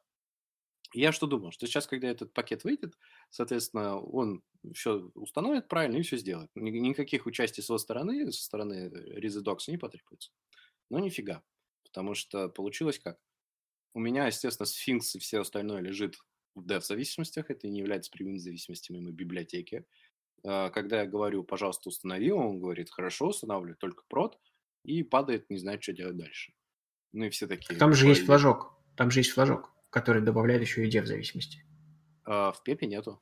Speaker 2: И я что думал, что сейчас, когда этот пакет выйдет, соответственно, он все установит правильно и все сделает. Ни- Никаких участий с его стороны, со стороны ReadyDocs не потребуется. Но нифига. Потому что получилось как? У меня, естественно, Sphinx и все остальное лежит в dev-зависимостях. Это не является прямыми зависимостями моей библиотеки. А, Когда я говорю, пожалуйста, установи, он говорит, хорошо, устанавливаю только прод, и падает, не знает, что делать дальше. Ну и все
Speaker 1: Так
Speaker 2: такие,
Speaker 1: там же есть
Speaker 2: блин,
Speaker 1: флажок. Там же есть флажок, который добавляет еще и dev зависимости.
Speaker 2: а в пепе нету.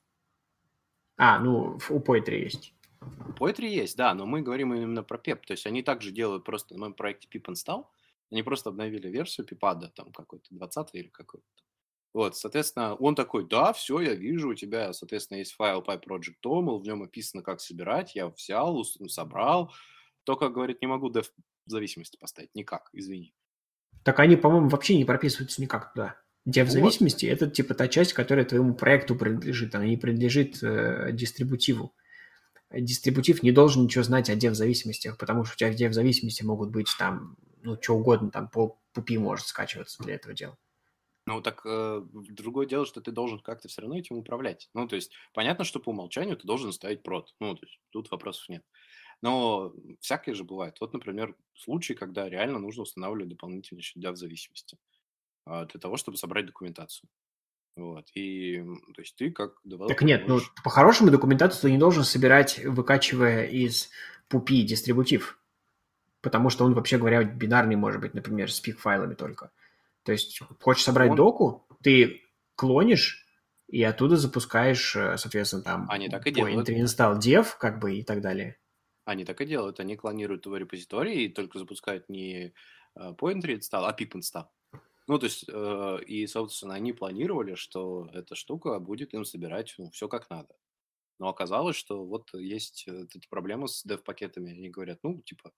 Speaker 1: А, ну, в- у Poetry есть.
Speaker 2: У Poetry есть, да, но мы говорим именно про пеп. То есть они также делают просто на моем проекте pip install. Они просто обновили версию пипада, там какой-то двадцатый или какой-то. Вот, соответственно, он такой, да, все, я вижу, у тебя, соответственно, есть файл PyProject Toml, в нем описано, как собирать, я взял, ус- собрал, только, говорит, не могу dev зависимости поставить, никак, извини.
Speaker 1: Так они, по-моему, вообще не прописываются никак туда. Dev
Speaker 2: Вот,
Speaker 1: зависимости– это типа та часть, которая твоему проекту принадлежит. Она не принадлежит э, дистрибутиву. Дистрибутив не должен ничего знать о dev-зависимостях, потому что у тебя в dev-зависимости могут быть там, ну, что угодно, там пол пупи может скачиваться для этого дела.
Speaker 2: ну так э, другое дело, что ты должен как-то все равно этим управлять. Ну, то есть, понятно, что по умолчанию ты должен ставить прод, ну, то есть, тут вопросов нет. Но всякое же бывает. Вот, например, случай, когда реально нужно устанавливать дополнительные счета в зависимости а, для того, чтобы собрать документацию. Вот. И, м, то есть, ты как
Speaker 1: Так
Speaker 2: девелопер
Speaker 1: нет, ну,
Speaker 2: можешь...
Speaker 1: по-хорошему документацию ты не должен собирать, выкачивая из пупи дистрибутив, потому что он, вообще говоря, бинарный может быть, например, с пик-файлами только. То есть хочешь собрать
Speaker 2: Он...
Speaker 1: доку, ты клонишь, и оттуда запускаешь, э, соответственно, там
Speaker 2: Они так и делают.
Speaker 1: pointer install dev, как бы, и так далее.
Speaker 2: Они так и делают. Они клонируют твой репозиторий и только запускают не а, pointer install, а pip install. Ну, то есть, э, и, собственно, они планировали, что эта штука будет им собирать ну, все как надо. Но оказалось, что вот есть э, эта проблема с dev-пакетами. Они говорят, ну, типа,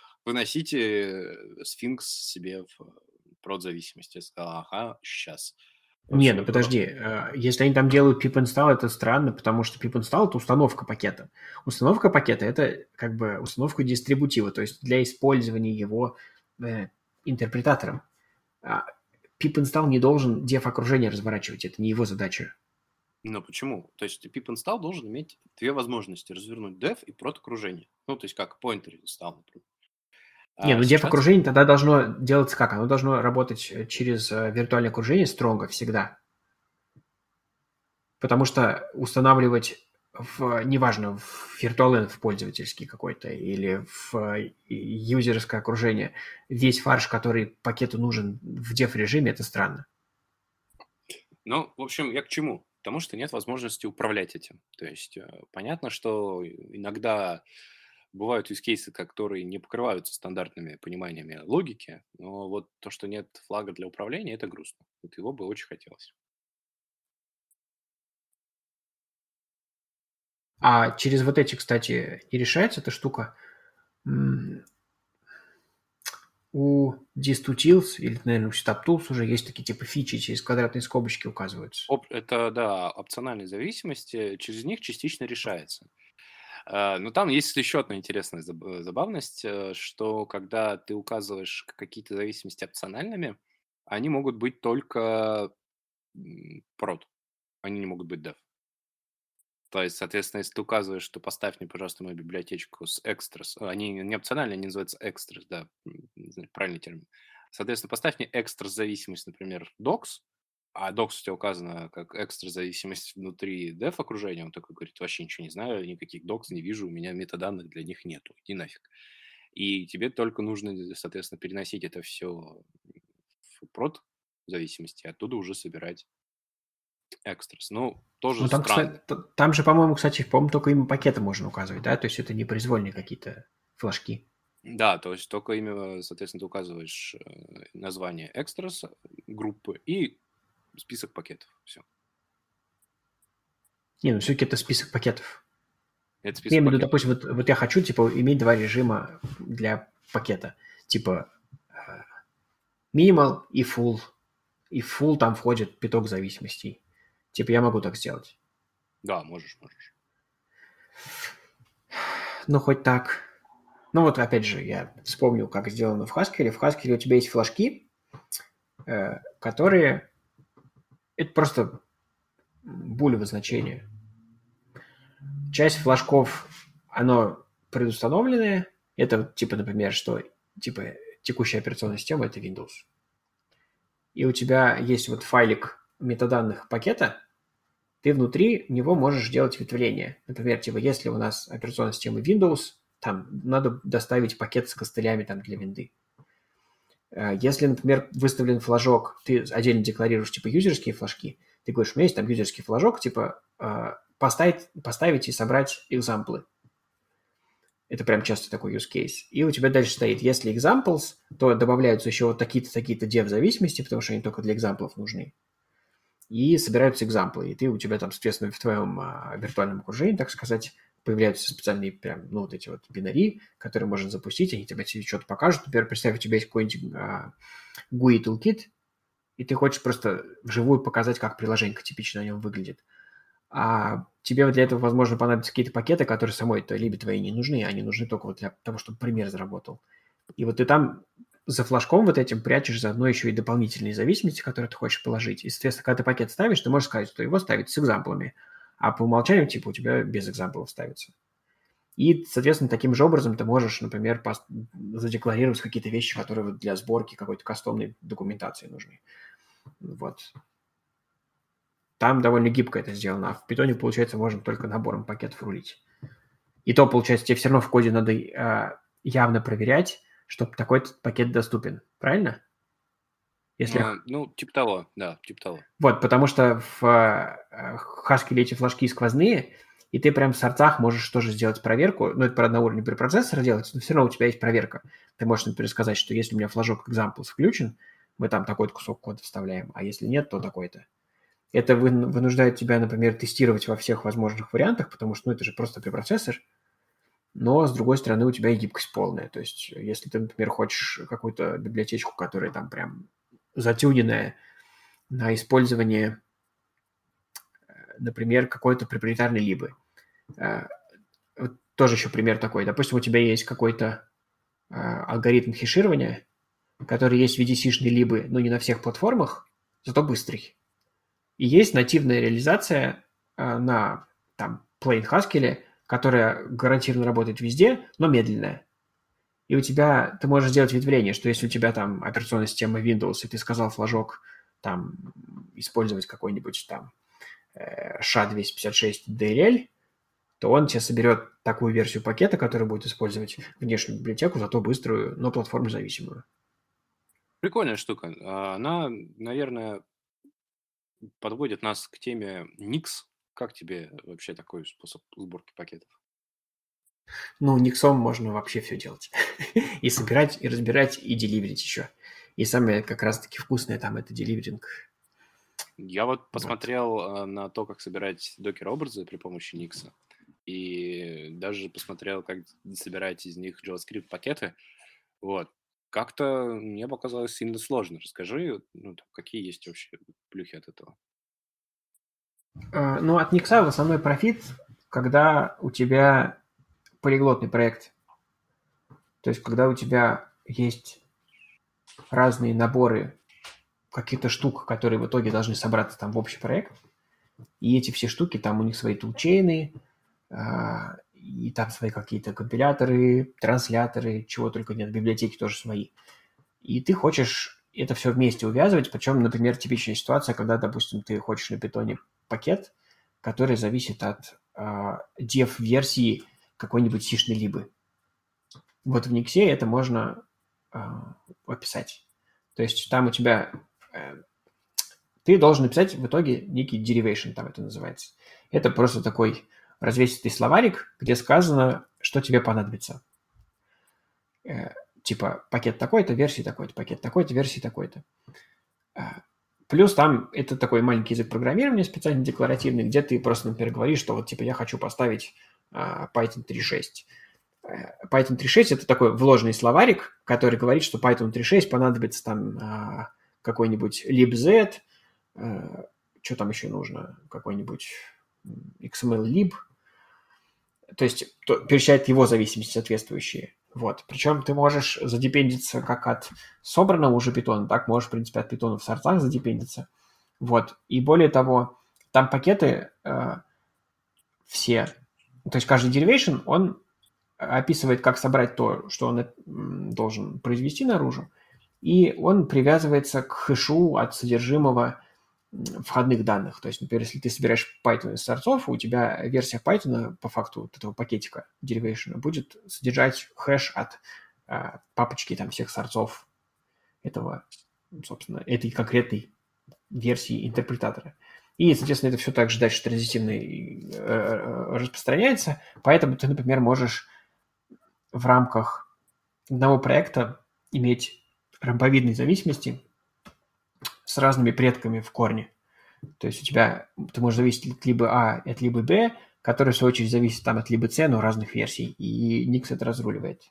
Speaker 2: выносите Sphinx себе в э, прод-зависимость. Я сказал, ага, сейчас.
Speaker 1: Не, ну подожди, э, если они там делают pip install, это странно, потому что pip install– это установка пакета. Установка пакета– это как бы установка дистрибутива, то есть для использования его э, интерпретатором. А pip install не должен dev окружение разворачивать, это не его задача.
Speaker 2: Но почему? То есть pip install должен иметь две возможности: развернуть dev и prod окружение. Ну, то есть как pointer install, например.
Speaker 1: Не,
Speaker 2: А
Speaker 1: ну dev
Speaker 2: сейчас
Speaker 1: окружение тогда должно делаться как? Оно должно работать э, через э, виртуальное окружение строго всегда. Потому что устанавливать в, неважно, в virtualenv в пользовательский какой-то или в э, юзерское окружение весь фарш, который пакету нужен в dev-режиме, это странно.
Speaker 2: Ну, в общем, я к чему? Потому что нет возможности управлять этим. То есть э, понятно, что иногда бывают use cases, которые не покрываются стандартными пониманиями логики, но вот то, что нет флага для управления, это грустно. Вот его бы очень хотелось.
Speaker 1: А через вот эти, кстати, не решается эта штука. М, У dist-utils или, наверное, у setup-tools уже есть такие типа фичи, через квадратные скобочки указываются.
Speaker 2: Оп- Это, да, опциональные зависимости, через них частично решается. А, Но там есть еще одна интересная заб- э, забавность, э, что когда ты указываешь какие-то зависимости опциональными, они могут быть только м, prod, они не могут быть dev. То есть, соответственно, если ты указываешь, что поставь мне, пожалуйста, мою библиотечку с extras, э, они не опциональные, они называются extras, да, м, не знаю, правильный термин. Соответственно, поставь мне extras зависимость, например, docs, а docs у тебя указано как extra зависимость внутри dev окружения, он такой говорит, вообще ничего не знаю, никаких docs не вижу, у меня метаданных для них нету, иди нафиг. И тебе только нужно, соответственно, переносить это все в прод зависимости, оттуда уже собирать extras. Ну, тоже
Speaker 1: Ну, там, кстати,
Speaker 2: странно.
Speaker 1: т- там же, по-моему, кстати, по-моему, только имя пакета можно указывать, да? То есть это не произвольные какие-то флажки.
Speaker 2: Да, то есть только имя, соответственно, ты указываешь э, название экстрас группы и список пакетов. Все.
Speaker 1: Не, ну все-таки это список пакетов.
Speaker 2: Это
Speaker 1: Я
Speaker 2: список
Speaker 1: имею в виду,
Speaker 2: пакетов.
Speaker 1: допустим, вот, вот я хочу, типа, иметь два режима для пакета. Типа, minimal и full. И в full там входит пяток зависимостей. Типа, я могу так сделать.
Speaker 2: Да, можешь, можешь.
Speaker 1: Ну, хоть так. Ну, вот опять же, я вспомнил, как сделано в Haskell. В Haskell у тебя есть флажки, э, которые... Это просто булево значение. Часть флажков, оно предустановленное. Это типа, например, что типа текущая операционная система – это Windows. И у тебя есть вот файлик метаданных пакета, ты внутри него можешь делать ветвление. Например, типа, если у нас операционная система Windows, там надо доставить пакет с костылями там для винды. Э, Если, например, выставлен флажок, ты отдельно декларируешь, типа, юзерские флажки, ты говоришь, у меня есть там юзерский флажок, типа, э, поставить, поставить и собрать экзамплы. Это прям часто такой use case. И у тебя дальше стоит, если examples, то добавляются еще вот такие-то, такие-то dev-зависимости, потому что они только для экзамплов нужны. И собираются экзамплы. И ты у тебя там, соответственно, в твоем а, виртуальном окружении, так сказать, появляются специальные прям, ну, вот эти вот бинари, которые можно запустить, они тебе что-то покажут. Например, представь, у тебя есть какой-нибудь а, джи ю ай toolkit, и ты хочешь просто вживую показать, как приложение типично на нем выглядит. А тебе вот для этого, возможно, понадобятся какие-то пакеты, которые самой-то либо твои не нужны, они нужны только вот для того, чтобы пример заработал. И вот ты там за флажком вот этим прячешь заодно еще и дополнительные зависимости, которые ты хочешь положить. И, соответственно, когда ты пакет ставишь, ты можешь сказать, что его ставить с экзамплами, а по умолчанию, типа, у тебя без экзамплов ставится. И, соответственно, таким же образом ты можешь, например, пост- задекларировать какие-то вещи, которые вот для сборки какой-то кастомной документации нужны. Вот. Там довольно гибко это сделано, а в питоне, получается, можно только набором пакетов рулить. И то, получается, тебе все равно в коде надо э, явно проверять, чтобы такой пакет доступен. Правильно? Если...
Speaker 2: А, ну, типа того, да, типа того.
Speaker 1: Вот, потому что в э, Haskell эти флажки сквозные, и ты прям в сорцах можешь тоже сделать проверку. Ну, это, правда, на уровне препроцессора делается, но все равно у тебя есть проверка. Ты можешь, например, сказать, что если у меня флажок examples включен, мы там такой-то кусок кода вставляем, а если нет, то такой-то. Это вынуждает тебя, например, тестировать во всех возможных вариантах, потому что, ну, это же просто препроцессор, но, с другой стороны, у тебя и гибкость полная. То есть, если ты, например, хочешь какую-то библиотечку, которая там прям затюненная на использование, например, какой-то проприетарной либы. Э, вот тоже еще пример такой. Допустим, у тебя есть какой-то э, алгоритм хеширования, который есть в виде си-шной либы, но не на всех платформах, зато быстрый. И есть нативная реализация э, на там plain Haskell, которая гарантированно работает везде, но медленная. И у тебя, ты можешь сделать ветвление, что если у тебя там операционная система Windows, и ты сказал флажок там использовать какой-нибудь там э, ша двести пятьдесят шесть ди эл эл, то он тебе соберет такую версию пакета, которая будет использовать внешнюю библиотеку, зато быструю, но платформу-зависимую.
Speaker 2: Прикольная штука. А, Она, наверное, подводит нас к теме Nix. Как тебе вообще такой способ сборки пакетов?
Speaker 1: Ну, Никсом можно вообще все делать. И собирать, и разбирать, и деливерить еще. И самое как раз-таки вкусное там это деливеринг.
Speaker 2: Я вот
Speaker 1: Вот.
Speaker 2: посмотрел а, на то, как собирать докер-образы при помощи Nix. И даже посмотрел, как собирать из них JavaScript-пакеты. Вот. Как-то мне показалось сильно сложно. Расскажи, ну, там, какие есть вообще плюхи от этого.
Speaker 1: А, Ну, от Никса в основной профит, когда у тебя полиглотный проект. То есть, когда у тебя есть разные наборы каких-то штук, которые в итоге должны собраться там в общий проект, и эти все штуки, там у них свои тулчейны, а, и там свои какие-то компиляторы, трансляторы, чего только нет, библиотеки тоже свои. И ты хочешь это все вместе увязывать, причем, например, типичная ситуация, когда, допустим, ты хочешь на питоне пакет, который зависит от а, dev-версии какой-нибудь сишной либы. Вот в Никсе это можно а, описать. То есть там у тебя... э, ты должен написать в итоге некий derivation, там это называется. Это просто такой развесистый словарик, где сказано, что тебе понадобится. Э, типа пакет такой-то, версии такой-то, пакет такой-то, версии такой-то. А, Плюс там это такой маленький язык программирования специально декларативный, где ты просто, например, говоришь, что вот типа я хочу поставить а, Python три шесть. Э, Python три шесть это такой вложенный словарик, который говорит, что Python три шесть понадобится там а, какой-нибудь libz, а, что там еще нужно, какой-нибудь икс эм эл-lib, то есть то, перечисляет его зависимости соответствующие. Вот. Причем ты можешь задепендиться как от собранного уже питона, так можешь, в принципе, от питона в сортах задепендиться. Вот. И более того, там пакеты э, все, то есть каждый derivation, он описывает, как собрать то, что он должен произвести наружу, и он привязывается к хэшу от содержимого входных данных. То есть, например, если ты собираешь Python из сорцов, у тебя версия Python по факту вот этого пакетика derivation будет содержать хэш от а, папочки там всех сорцов этого, собственно, этой конкретной версии интерпретатора. И, соответственно, это все также дальше транзитивно э, распространяется. Поэтому ты, например, можешь в рамках одного проекта иметь ромбовидные зависимости с разными предками в корне. То есть у тебя, ты можешь зависеть от либо А, от либо Б, который, в свою очередь, зависит там от либо С, но разных версий. И Nix это разруливает.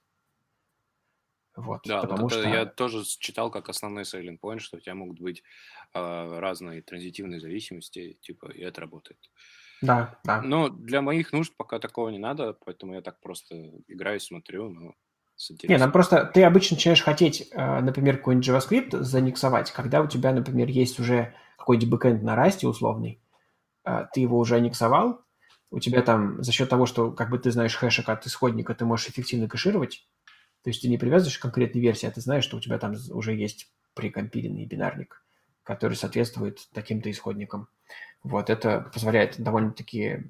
Speaker 1: Вот,
Speaker 2: Да, вот
Speaker 1: потому
Speaker 2: это я
Speaker 1: что...
Speaker 2: тоже читал как основной selling point, что у тебя могут быть а, разные транзитивные зависимости, типа, и это работает.
Speaker 1: Да, да.
Speaker 2: Но для моих нужд пока такого не надо, поэтому я так просто играю, смотрю, но с
Speaker 1: Не,
Speaker 2: интересом.
Speaker 1: там просто ты обычно начинаешь хотеть, э, например, какой-нибудь JavaScript заниксовать, когда у тебя, например, есть уже какой-нибудь бэкэнд на расте условный, э, ты его уже аниксовал, у тебя там за счет того, что как бы ты знаешь хэшек от исходника, ты можешь эффективно кэшировать, то есть ты не привязываешь к конкретной версии, а ты знаешь, что у тебя там уже есть прекомпиленный бинарник, который соответствует таким-то исходникам. Вот, это позволяет довольно-таки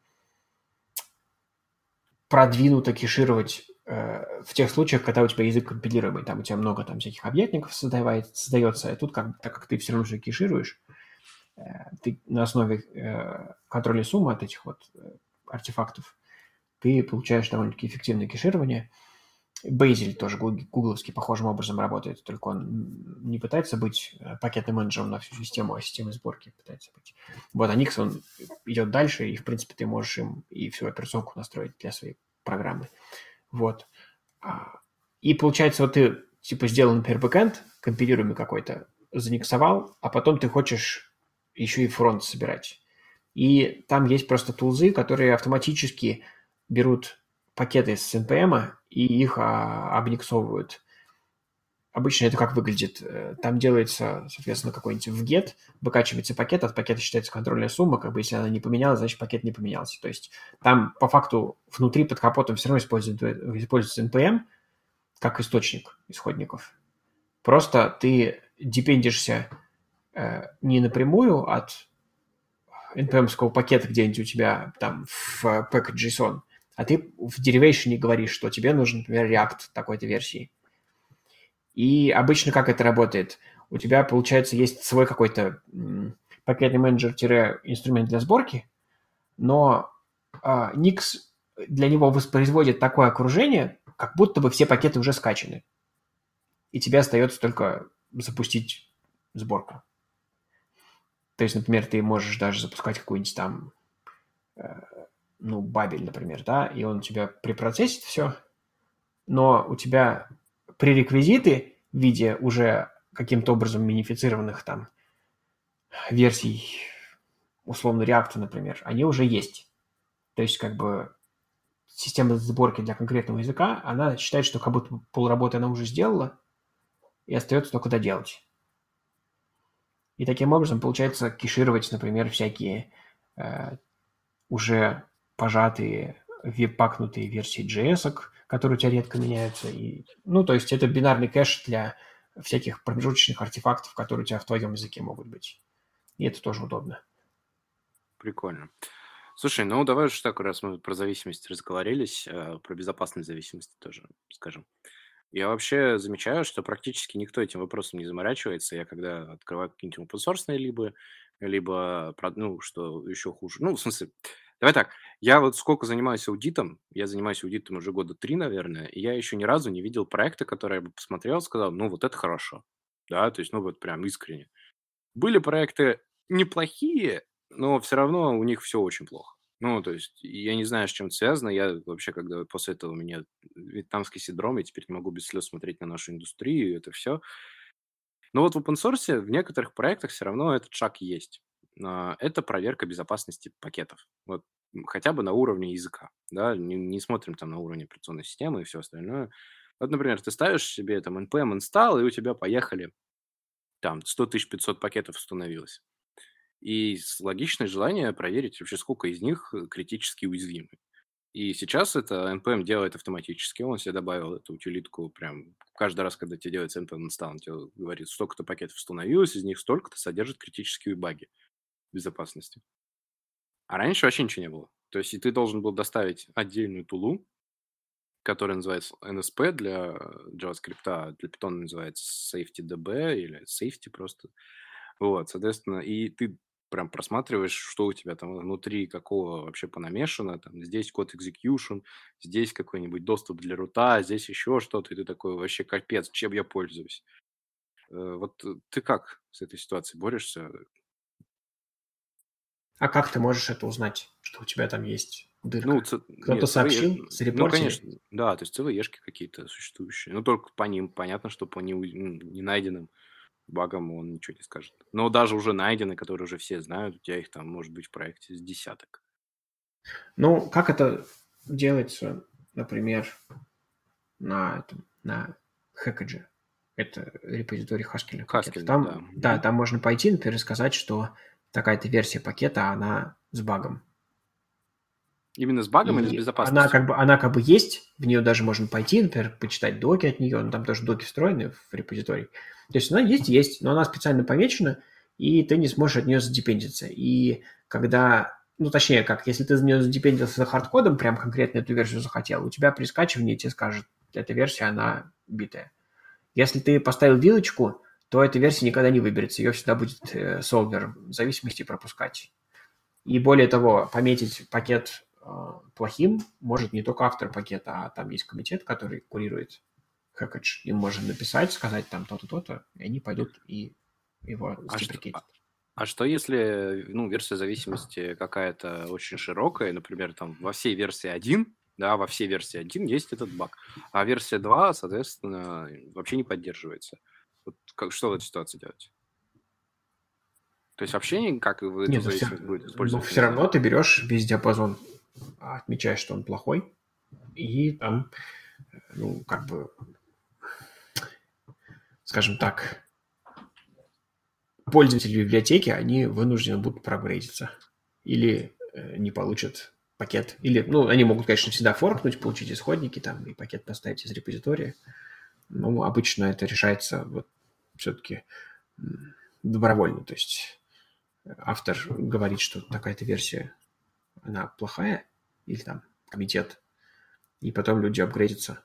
Speaker 1: продвинуто кэшировать э, в тех случаях, когда у тебя язык компилируемый, там у тебя много там всяких объектников создавает, создается, и тут, как, так как ты все равно все кэшируешь, э, ты на основе э, контроля суммы от этих вот э, артефактов, ты получаешь довольно-таки эффективное кэширование. Bazel тоже гугловский похожим образом работает, только он не пытается быть пакетным менеджером на всю систему, а системой сборки пытается быть. Вот, а Nix, он идет дальше, и, в принципе, ты можешь им и всю операционку настроить для своей программы. Вот. И, получается, вот ты, типа, сделал, например, бэкэнд, компилируемый какой-то, заниксовал, а потом ты хочешь еще и фронт собирать. И там есть просто тулзы, которые автоматически берут пакеты с эн пи эм и их а, обмиксовывают обычно это как выглядит? Там делается, соответственно, какой-нибудь вгет, выкачивается пакет, от пакета считается контрольная сумма, как бы если она не поменялась, значит пакет не поменялся. То есть там по факту внутри под капотом все равно используется, используется эн пи эм как источник исходников. Просто ты депендишься э, не напрямую от эн пи эм-ского пакета где-нибудь у тебя там в package.json, а ты в derivation говоришь, что тебе нужен, например, React такой-то версии. И обычно как это работает? У тебя, получается, есть свой какой-то пакетный менеджер-инструмент для сборки, но а, Nix для него воспроизводит такое окружение, как будто бы все пакеты уже скачаны. И тебе остается только запустить сборку. То есть, например, ты можешь даже запускать какой-нибудь там, э, ну, бабель, например, да, и он у тебя препроцессит все, но у тебя пререквизиты в виде уже каким-то образом минифицированных там версий, условно, React, например, они уже есть. То есть, как бы, система сборки для конкретного языка, она считает, что как будто полработы она уже сделала, и остается только доделать. И таким образом получается кешировать, например, всякие э, уже пожатые, веб-пакнутые версии джей эс, которые у тебя редко меняются. И, ну, то есть это бинарный кэш для всяких промежуточных артефактов, которые у тебя в твоем языке могут быть. И это тоже удобно.
Speaker 2: Прикольно. Слушай, ну давай уж так, раз мы про зависимости разговорились, э, про безопасность зависимости тоже скажем. Я вообще замечаю, что практически никто этим вопросом не заморачивается. Я когда открываю какие-нибудь open-source либо, либо, про- ну, что еще хуже. Ну, в смысле, давай так, я вот сколько занимаюсь аудитом, я занимаюсь аудитом уже года три, наверное, и я еще ни разу не видел проекта, который я бы посмотрел и сказал, ну, вот это хорошо. Да, то есть, ну, вот прям искренне. Были проекты неплохие, но все равно у них все очень плохо. Ну, то есть я не знаю, с чем это связано. Я вообще, когда после этого у меня вьетнамский синдром, я теперь не могу без слез смотреть на нашу индустрию, и это все. Но вот в open source в некоторых проектах все равно этот шаг есть. А, Это проверка безопасности пакетов. Вот м, хотя бы на уровне языка, да, не, не смотрим там на уровне операционной системы и все остальное. Вот, например, ты ставишь себе там npm install, и у тебя поехали там сто тысяч пятьсот пакетов установилось. И с- логичное желание проверить вообще, сколько из них э, критически уязвимы. И сейчас это эн пи эм делает автоматически. Он себе добавил эту утилитку прям каждый раз, когда тебе делается эн пи эм install, он тебе говорит, столько-то пакетов установилось, из них столько-то содержит критические баги безопасности. А раньше вообще ничего не было. То есть и ты должен был доставить отдельную тулу, которая называется эн эс пи для JavaScript, а для Python называется SafetyDB или Safety просто. Вот, соответственно, и ты прям просматриваешь, что у тебя там внутри, какого вообще понамешано, там здесь код execution, здесь какой-нибудь доступ для рута, здесь еще что-то, и ты такой, вообще капец, чем я пользуюсь. Э, Вот э, ты как с этой ситуацией борешься?
Speaker 1: А как ты можешь это узнать, что у тебя там есть
Speaker 2: Ну,
Speaker 1: дырка?
Speaker 2: ц-
Speaker 1: Кто-то
Speaker 2: нет, ЦВЕ,
Speaker 1: сообщил,
Speaker 2: ну,
Speaker 1: срепортили?
Speaker 2: конечно, да, то есть ЦВЕшки какие-то существующие, но только по ним понятно, что по не, не найденным багам он ничего не скажет. Но даже уже найдены, которые уже все знают, у тебя их там может быть в проекте с десяток.
Speaker 1: Ну, как это делается, например, на, этом, на Hackage? Это репозиторий Haskell пакетов.
Speaker 2: Хаскельный, да.
Speaker 1: Там, да,
Speaker 2: Мгм.
Speaker 1: там можно пойти, например, и сказать, что такая-то версия пакета, она с багом.
Speaker 2: Именно с багом или с
Speaker 1: И она
Speaker 2: безопасностью?
Speaker 1: как бы, она как бы есть, в нее даже можно пойти, например, почитать доки от нее, ну, там тоже доки встроены в репозиторий. То есть она есть, есть, но она специально помечена, и ты не сможешь от нее задепендиться. И когда, ну, точнее, как, если ты за нее задепендился за хардкодом, прям конкретно эту версию захотел, у тебя при скачивании тебе скажет, эта версия, она битая. Если ты поставил вилочку, то эта версия никогда не выберется, ее всегда будет э, солвер в зависимости пропускать. И более того, пометить пакет э, плохим может не только автор пакета, а там есть комитет, который курирует Hackage. Им можно написать, сказать там то-то, то-то, и они пойдут и его
Speaker 2: А что,
Speaker 1: сдеприкетят.
Speaker 2: а, а что если, ну, версия зависимости какая-то очень широкая, например, там во всей версии один, да, во всей версии один есть этот баг, а версия два, соответственно, вообще не поддерживается. Вот как, что в этой ситуации делать? То есть вообще никак в эту
Speaker 1: Нет, ну все,
Speaker 2: зависимость будет
Speaker 1: ну
Speaker 2: использовать
Speaker 1: все
Speaker 2: нельзя?
Speaker 1: равно ты берешь весь диапазон, отмечаешь, что он плохой, и там, ну, как бы скажем так, пользователи библиотеки, они вынуждены будут проапгрейдиться или э, не получат пакет. Или, ну, они могут, конечно, всегда форкнуть, получить исходники там и пакет поставить из репозитория. Но обычно это решается вот все-таки добровольно. То есть автор говорит, что такая-то версия, она плохая, или там комитет, и потом люди апгрейдятся.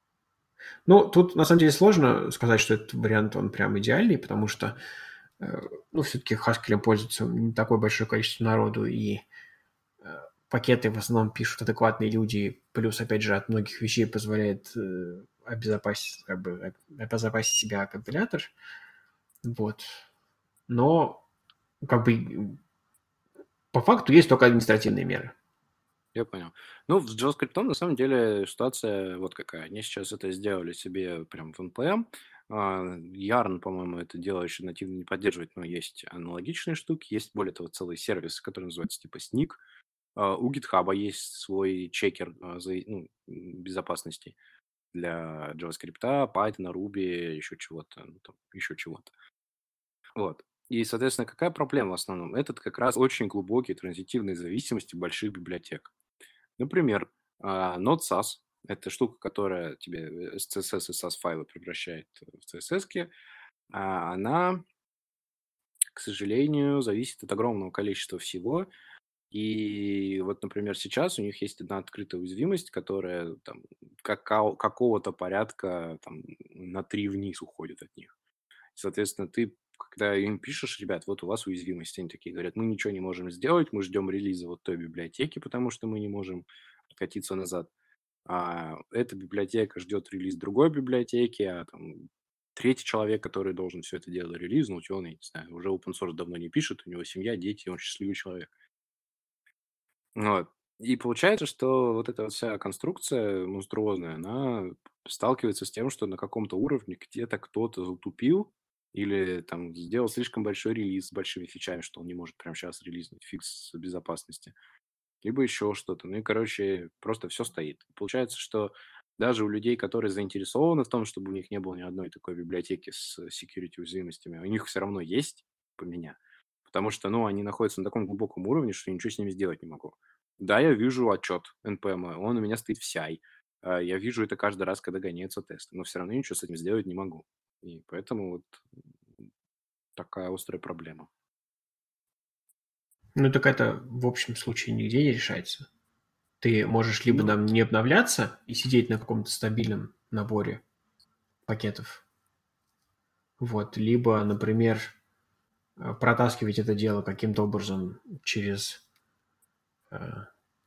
Speaker 1: Ну, тут на самом деле сложно сказать, что этот вариант, он прям идеальный, потому что ну, все-таки Haskell пользуется не такое большое количество народу, и э, пакеты в основном пишут адекватные люди, плюс, опять же, от многих вещей позволяет э, обезопасить, как бы, обезопасить себя компилятор. Вот. Но, как бы, по факту есть только административные меры.
Speaker 2: Я понял. Ну, с JavaScript на самом деле ситуация вот какая. Они сейчас это сделали себе прям в эн пи эм. А, Yarn, по-моему, это дело еще нативно не поддерживает, но есть аналогичные штуки. Есть, более того, целый сервис, который называется типа Snyk. А, У GitHub есть свой чекер а, за- ну, м, безопасности для JavaScript, Python, Ruby, еще чего-то, ну, там, еще чего-то. Вот. И, соответственно, какая проблема в основном? Это как раз очень глубокие транзитивные зависимости больших библиотек. Например, а, Node.js — это штука, которая тебе э, с CSS и эс эй эс файлы превращает в си эс эс-ки. а Она, к сожалению, зависит от огромного количества всего. И вот, например, сейчас у них есть одна открытая уязвимость, которая там какао- какого-то порядка там, на три вниз уходит от них. Соответственно, ты, когда им пишешь, ребят, вот у вас уязвимость, они такие говорят, мы ничего не можем сделать, мы ждем релиза вот той библиотеки, потому что мы не можем откатиться назад. А эта библиотека ждет релиз другой библиотеки, а там третий человек, который должен все это дело релизнуть, он, я не знаю, уже open source давно не пишет, у него семья, дети, он счастливый человек. Вот. И получается, что вот эта вот вся конструкция монструозная, она сталкивается с тем, что на каком-то уровне где-то кто-то затупил или там сделал слишком большой релиз с большими фичами, что он не может прямо сейчас релизнуть фикс безопасности, либо еще что-то. Ну и, короче, просто все стоит. Получается, что даже у людей, которые заинтересованы в том, чтобы у них не было ни одной такой библиотеки с security уязвимостями, у них все равно есть по меня. Потому что, ну, они находятся на таком глубоком уровне, что я ничего с ними сделать не могу. Да, я вижу отчет эн пи эм, он у меня стоит в си ай. А, Я вижу это каждый раз, когда гоняются тесты, но все равно ничего с этим сделать не могу. И поэтому вот такая острая проблема.
Speaker 1: Ну, так это в общем случае нигде не решается. Ты можешь либо
Speaker 2: Ну,
Speaker 1: нам не обновляться и сидеть на каком-то стабильном наборе пакетов, вот, либо, например, э, протаскивать это дело каким-то образом через, э,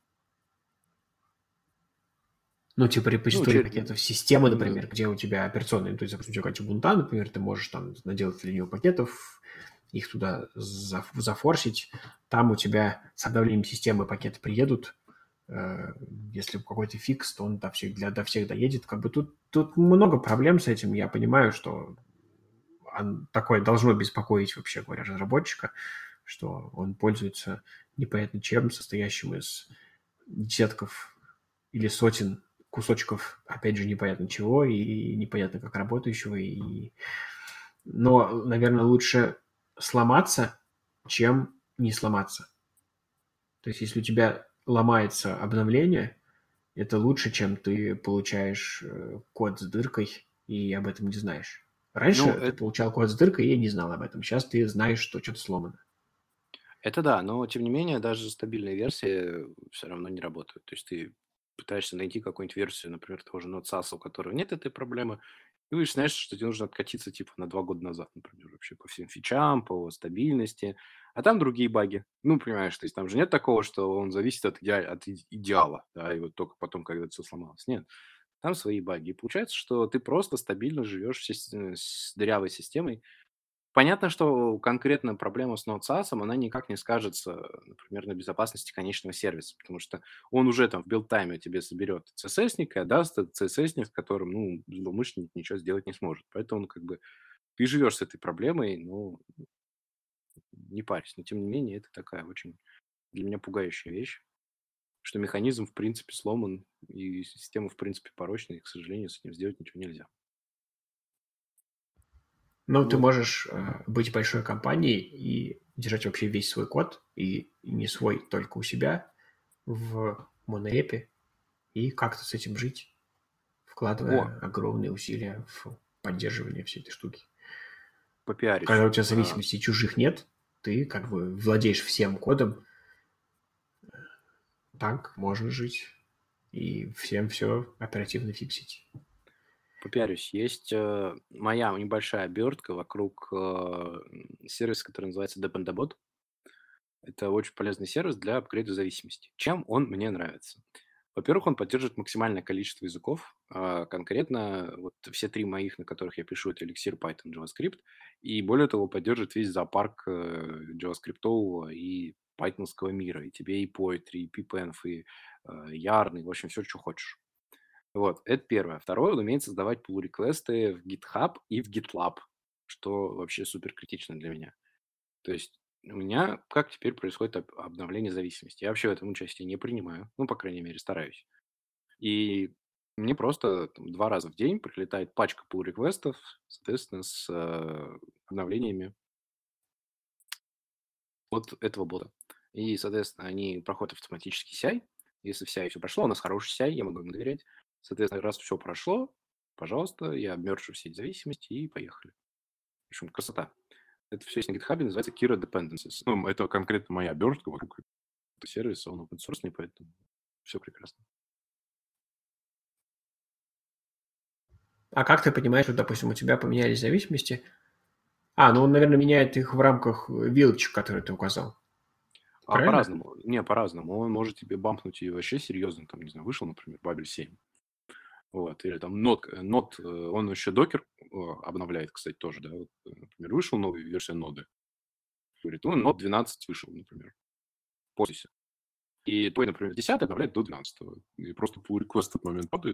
Speaker 1: ну, типа
Speaker 2: ну,
Speaker 1: репозиторий
Speaker 2: че-
Speaker 1: пакетов системы,
Speaker 2: м,
Speaker 1: например, где у тебя операционные, то есть, допустим, у тебя какая-то бунта, например, ты можешь там наделать для нее пакетов, их туда за- зафорсить, там у тебя с обновлением системы пакеты приедут, э, если какой-то фикс, то он до всех, для, до всех доедет. Как бы тут, тут много проблем с этим. Я понимаю, что он, такое должно беспокоить, вообще говоря, разработчика, что он пользуется непонятно чем, состоящим из десятков или сотен кусочков, опять же, непонятно чего и непонятно как работающего. И... Но, наверное, лучше сломаться, чем не сломаться. То есть, если у тебя ломается обновление, это лучше, чем ты получаешь э, код с дыркой и об этом не знаешь.
Speaker 2: ну,
Speaker 1: Раньше ты
Speaker 2: это,
Speaker 1: получал код с дыркой и не знал об этом. Сейчас ты знаешь, что что-то сломано.
Speaker 2: это да, но тем не менее даже стабильные версии все равно не работают. То есть ты пытаешься найти какую-нибудь версию, например, того же Node.js, у которого нет этой проблемы, и выясняешь, что тебе нужно откатиться типа на два года назад, например, вообще по всем фичам, по стабильности, а там другие баги. Ну, понимаешь, то есть там же нет такого, что он зависит от, иде- от и- идеала, да, и вот только потом, когда все сломалось. Нет, там свои баги. И получается, что ты просто стабильно живешь в сис- э, с дырявой системой. Понятно, что конкретно проблема с Node.js, она никак не скажется, например, на безопасности конечного сервиса, потому что он уже там в билд-тайме тебе соберет си эс эс-ник и отдаст этот си эс эс-ник, с которым, ну, злоумышленник ничего сделать не сможет. Поэтому, как бы, ты живешь с этой проблемой, но не парься. Но, тем не менее, это такая очень для меня пугающая вещь, что механизм, в принципе, сломан, и система, в принципе, порочна, и, к сожалению, с этим сделать ничего нельзя.
Speaker 1: Ну, ты
Speaker 2: Вот.
Speaker 1: можешь э, быть большой компанией и держать вообще весь свой код, и не свой только у себя в монорепе, и как-то с этим жить,
Speaker 2: О,
Speaker 1: вкладывая огромные усилия в поддерживание всей этой штуки.
Speaker 2: попиарюсь.
Speaker 1: Когда у тебя
Speaker 2: А,
Speaker 1: зависимости чужих нет, ты как бы владеешь всем кодом, так можно жить и всем все оперативно фиксить.
Speaker 2: Попиарюсь. Есть э, моя небольшая обертка вокруг э, сервиса, который называется Dependabot. Это очень полезный сервис для апгрейда зависимости. Чем он мне нравится? Во-первых, он поддерживает максимальное количество языков. А, конкретно вот все три моих, на которых я пишу, это Elixir, Python, JavaScript. И более того, поддерживает весь зоопарк э, JavaScript и пайтоновского мира. И тебе и Poetry, и PyPenf, и э, Yarn, и, в общем, все, что хочешь. Вот, это первое. Второе, он умеет создавать pull-реквесты в GitHub и в GitLab, что вообще супер критично для меня. То есть у меня как теперь происходит об- обновление зависимости? Я вообще в этом участие не принимаю, ну, по крайней мере, стараюсь. И мне просто там, два раза в день прилетает пачка pull-реквестов, соответственно, с э, обновлениями от этого бота. И, соответственно, они проходят автоматически си ай. Если в си ай все прошло, у нас хороший си ай, я могу им доверять. Соответственно, раз все прошло, пожалуйста, я мерчу все эти зависимости и поехали. В общем, красота. Это все есть на GitHub, называется Kira Dependencies. Ну, это конкретно моя обертка вокруг этого сервиса, он open source, поэтому все прекрасно.
Speaker 1: А как ты понимаешь, что, допустим, у тебя поменялись зависимости? А, ну он, наверное, меняет их в рамках вилочек, которые ты указал.
Speaker 2: А
Speaker 1: Правильно?
Speaker 2: по-разному. Не, по-разному. Он может тебе бампнуть и вообще серьезно, там, не знаю, вышел, например, Бабель семь. Вот, или там нот, э, нот, э, он еще докер э, обновляет, кстати, тоже, да. Вот, э, например, вышел новая версия ноды. Говорит, ну, нот двенадцать вышел, например, после. И твой, например, десятый обновляет до двенадцатого. И просто pull request в этот момент падает.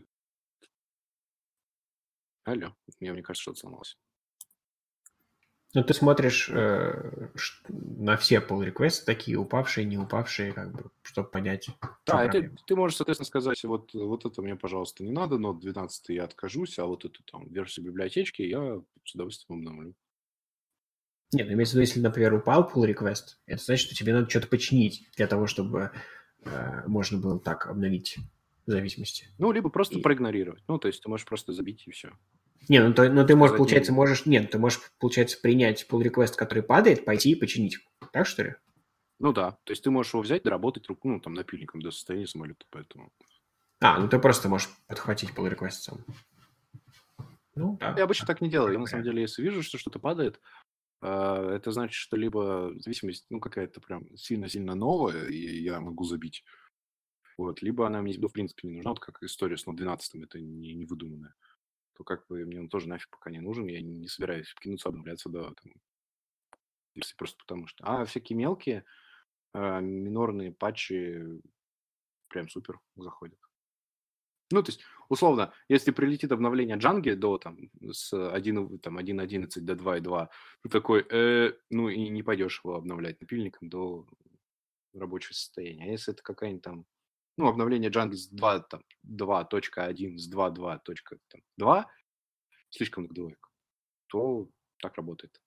Speaker 2: Алло, мне, мне кажется, что-то сломалось.
Speaker 1: Ну, ты смотришь э, ш- на все pull реквесты такие упавшие, не упавшие, как бы, чтобы понять, в чем
Speaker 2: Да, это
Speaker 1: проблема.
Speaker 2: ты можешь, соответственно, сказать, вот, вот это мне, пожалуйста, не надо, но двенадцать я откажусь, а вот эту там версию библиотечки я с удовольствием обновлю.
Speaker 1: Нет, ну, имеется в виду, если, например, упал pull request, это значит, что тебе надо что-то починить для того, чтобы э, можно было так обновить зависимости.
Speaker 2: Ну, либо просто
Speaker 1: И...
Speaker 2: проигнорировать. Ну, то есть ты можешь просто забить и все.
Speaker 1: Не, ну, то, ну ты можешь,
Speaker 2: Сказать
Speaker 1: получается,
Speaker 2: не...
Speaker 1: можешь... Нет, ты можешь, получается, принять pull request, который падает, пойти и починить. Так, что ли?
Speaker 2: Ну да, то есть ты можешь его взять, доработать руку, ну, там, напильником до состояния самолета, поэтому...
Speaker 1: А, ну ты просто можешь подхватить pull request сам. Ну,
Speaker 2: Я
Speaker 1: да,
Speaker 2: обычно так не делаю. Я,
Speaker 1: как
Speaker 2: на самом
Speaker 1: вариант.
Speaker 2: деле, если вижу, что что-то падает, а, это значит, что либо зависимость, ну, какая-то прям сильно-сильно новая, и я могу забить. Вот, либо она мне, ну, в принципе, не нужна, вот как история с нот двенадцать, это не, не выдуманная. То как бы мне он тоже нафиг пока не нужен, я не собираюсь кинуться обновляться до там, версии просто потому что. А всякие мелкие, а, минорные патчи прям супер заходят. Ну, то есть, условно, если прилетит обновление Django до там с один, там, один точка одиннадцать до два точка два, ты такой, э, ну и не пойдешь его обновлять напильником до рабочего состояния. А если это какая-нибудь там, ну, обновление Django с два, там, два точка один, с два точка два, слишком многодвоек, то так работает.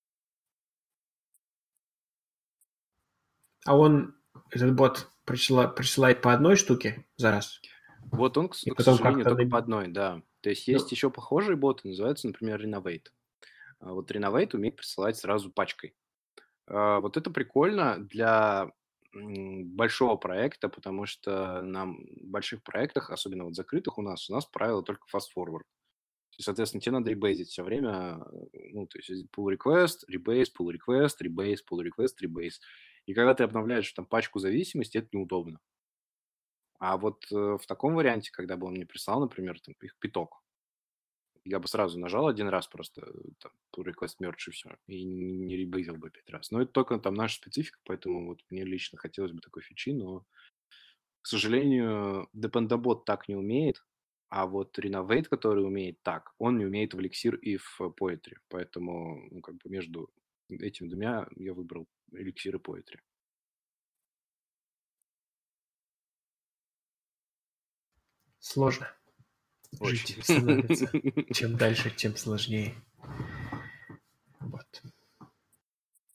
Speaker 1: А он, этот бот, присыла- присылает по одной штуке за раз?
Speaker 2: Вот он, к,
Speaker 1: И
Speaker 2: к
Speaker 1: потом
Speaker 2: сожалению,
Speaker 1: как-то...
Speaker 2: только по
Speaker 1: на-
Speaker 2: одной, да. То есть есть
Speaker 1: Ну,
Speaker 2: еще похожие боты, называются, например, Renovate. А вот Renovate умеет присылать сразу пачкой. А, Вот это прикольно для м, большого проекта, потому что на м, больших проектах, особенно вот закрытых у нас, у нас правило только fast forward. И, соответственно, тебе надо ребейзить все время, э, ну, то есть pull request, rebase, pull request, rebase, pull request, rebase. И когда ты обновляешь там пачку зависимостей, это неудобно. А вот э, в таком варианте, когда бы он мне прислал, например, там, их пяток, я бы сразу нажал один раз просто э, там pull request merge и все, и не, не ребейзил бы пять раз. Но это только там наша специфика, поэтому вот мне лично хотелось бы такой фичи, но, к сожалению, Dependabot так не умеет, а вот Renovate, который умеет так, он не умеет в Elixir и в Poetry. Поэтому, ну, как бы между этими двумя я выбрал Elixir и Poetry.
Speaker 1: сложно.
Speaker 2: Очень.
Speaker 1: Жить становится. Чем дальше, тем сложнее.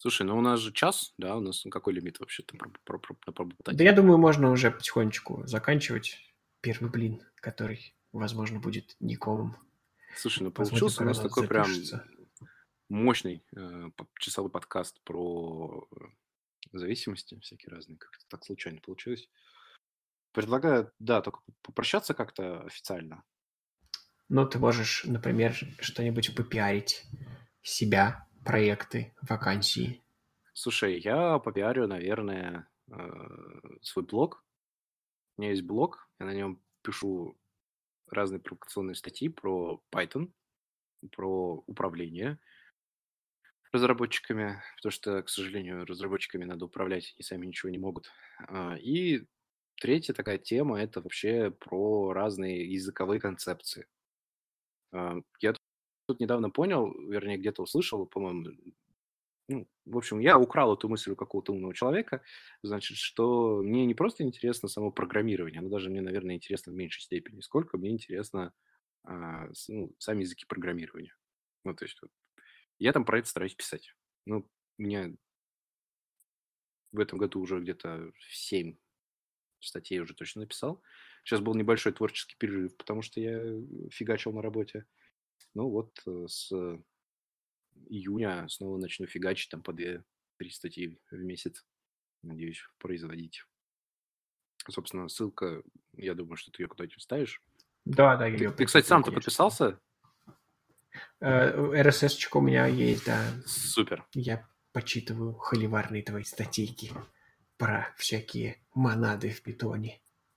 Speaker 2: Слушай, ну у нас же час, да? У нас какой лимит вообще-то про- про- про- на поболтать?
Speaker 1: Да я думаю, можно уже потихонечку заканчивать первый блин, который, возможно, будет никомым.
Speaker 2: Слушай, ну
Speaker 1: Возможно,
Speaker 2: получился у нас
Speaker 1: когда
Speaker 2: такой прям
Speaker 1: запишется.
Speaker 2: мощный э, по- часовой подкаст про э, зависимости всякие разные. Как-то так случайно получилось. Предлагаю, да, только попрощаться как-то официально.
Speaker 1: Ну, ты можешь, например, что-нибудь попиарить. Себя, проекты, вакансии.
Speaker 2: Слушай, я попиарю, наверное, э, свой блог. У меня есть блог, я на нем пишу разные провокационные статьи про Python, про управление разработчиками, потому что, к сожалению, разработчиками надо управлять, и сами ничего не могут. А, И третья такая тема – это вообще про разные языковые концепции. А, Я тут недавно понял, вернее, где-то услышал, по-моему, ну, в общем, я украл эту мысль у какого-то умного человека, значит, что мне не просто интересно само программирование, оно даже мне, наверное, интересно в меньшей степени, сколько мне интересно а, с- ну, сами языки программирования. Ну, то есть вот я там про это стараюсь писать. Ну, у меня в этом году уже где-то семь статей уже точно написал. Сейчас был небольшой творческий перерыв, потому что я фигачил на работе. Ну вот э, с июня снова начну фигачить там по две-три статьи в месяц. Надеюсь, производить. Собственно, ссылка, я думаю, что ты ее куда-нибудь вставишь.
Speaker 1: Да, да, я
Speaker 2: Ты,
Speaker 1: ее
Speaker 2: ты, кстати,
Speaker 1: прикреплю,
Speaker 2: сам-то
Speaker 1: конечно.
Speaker 2: подписался?
Speaker 1: эр эс эс-чик у меня есть, да.
Speaker 2: Супер.
Speaker 1: Я почитываю холиварные твои статейки про всякие монады в питоне.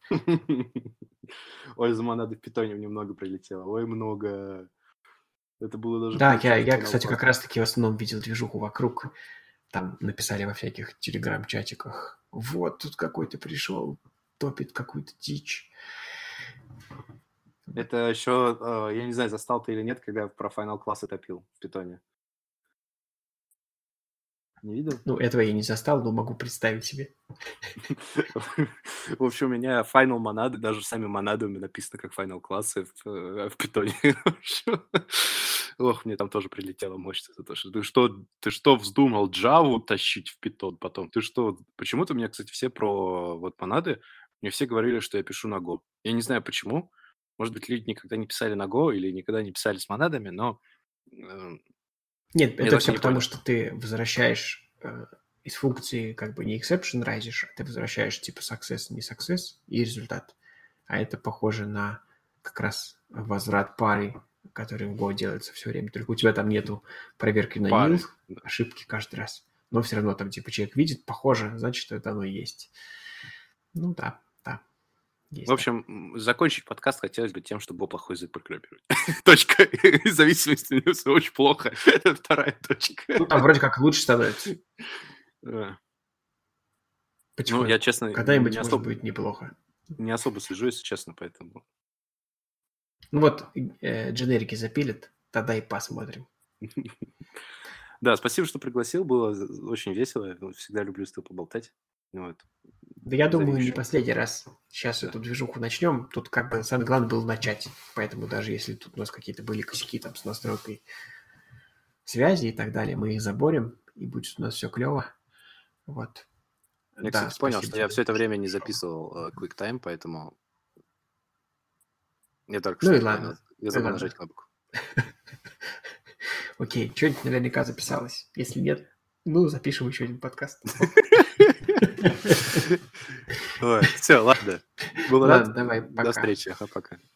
Speaker 2: Ой, за монады в питоне мне много прилетело. Ой, много. Это было даже
Speaker 1: Да,
Speaker 2: больше,
Speaker 1: я,
Speaker 2: чем в
Speaker 1: я,
Speaker 2: Final
Speaker 1: кстати, как
Speaker 2: Cut.
Speaker 1: раз-таки в основном видел движуху вокруг. Там написали во всяких телеграм-чатиках. Вот тут какой-то пришел, топит какую-то дичь.
Speaker 2: Это еще, э, я не знаю, застал ты или нет, когда я про Final классы топил в питоне. Не видел?
Speaker 1: Ну, этого я не застал, но могу представить себе.
Speaker 2: В общем, у меня Final монады, даже сами монады у меня написано как Final классы в, э, в питоне. Ох, мне там тоже прилетело мощно за то, что ты что, ты что вздумал Java тащить в питон потом? Ты что? Почему-то у меня, кстати, все про вот монады, мне все говорили, что я пишу на Go. Я не знаю почему. Может быть, люди никогда не писали на Go или никогда не писали с монадами, но э,
Speaker 1: Нет,
Speaker 2: я
Speaker 1: это
Speaker 2: так и
Speaker 1: все
Speaker 2: не
Speaker 1: потому,
Speaker 2: понял.
Speaker 1: что ты возвращаешь э, из функции как бы не exception разишь, а ты возвращаешь типа success, не success и результат. А это похоже на как раз возврат пары, который в Go делается все время. Только у тебя там нету проверки на nil,
Speaker 2: Пары. Да.
Speaker 1: ошибки каждый раз. Но все равно там типа человек видит, похоже, значит, что это оно и есть. Ну да, да. Есть
Speaker 2: В общем, м, закончить подкаст хотелось бы тем, что был плохой язык программирования. Точка. Зависимость у него всё очень плохо. Это вторая точка.
Speaker 1: Ну, там вроде как лучше становится.
Speaker 2: Да. Ну,
Speaker 1: Потихоньку.
Speaker 2: я, честно,
Speaker 1: Когда-нибудь,
Speaker 2: не
Speaker 1: может
Speaker 2: особо,
Speaker 1: быть, неплохо.
Speaker 2: не особо слежу, если честно, поэтому...
Speaker 1: Ну вот, э, дженерики запилят, тогда и посмотрим.
Speaker 2: Да, спасибо, что пригласил. Было з- очень весело. Я всегда люблю с тобой поболтать. Ну вот.
Speaker 1: Да я
Speaker 2: Зови
Speaker 1: думаю, не
Speaker 2: еще.
Speaker 1: последний раз. Сейчас
Speaker 2: Да.
Speaker 1: эту движуху начнем. Тут как бы самое главное было начать. Поэтому даже если тут у нас какие-то были косяки там с настройкой связи и так далее, мы их заборем, и будет у нас все клево. Вот.
Speaker 2: Я,
Speaker 1: Да,
Speaker 2: кстати, понял,
Speaker 1: спасибо
Speaker 2: что я
Speaker 1: тебе.
Speaker 2: все это время не записывал э, QuickTime, поэтому я только
Speaker 1: Ну
Speaker 2: что
Speaker 1: и
Speaker 2: это
Speaker 1: ладно.
Speaker 2: понял. Я
Speaker 1: Ну и
Speaker 2: забыл
Speaker 1: ладно.
Speaker 2: нажать кнопку.
Speaker 1: Окей, что-нибудь наверняка записалось. Если нет, ну, запишем еще один подкаст.
Speaker 2: Все, ладно. Был рад.
Speaker 1: Ладно, давай,
Speaker 2: До
Speaker 1: пока.
Speaker 2: встречи. Ага, пока.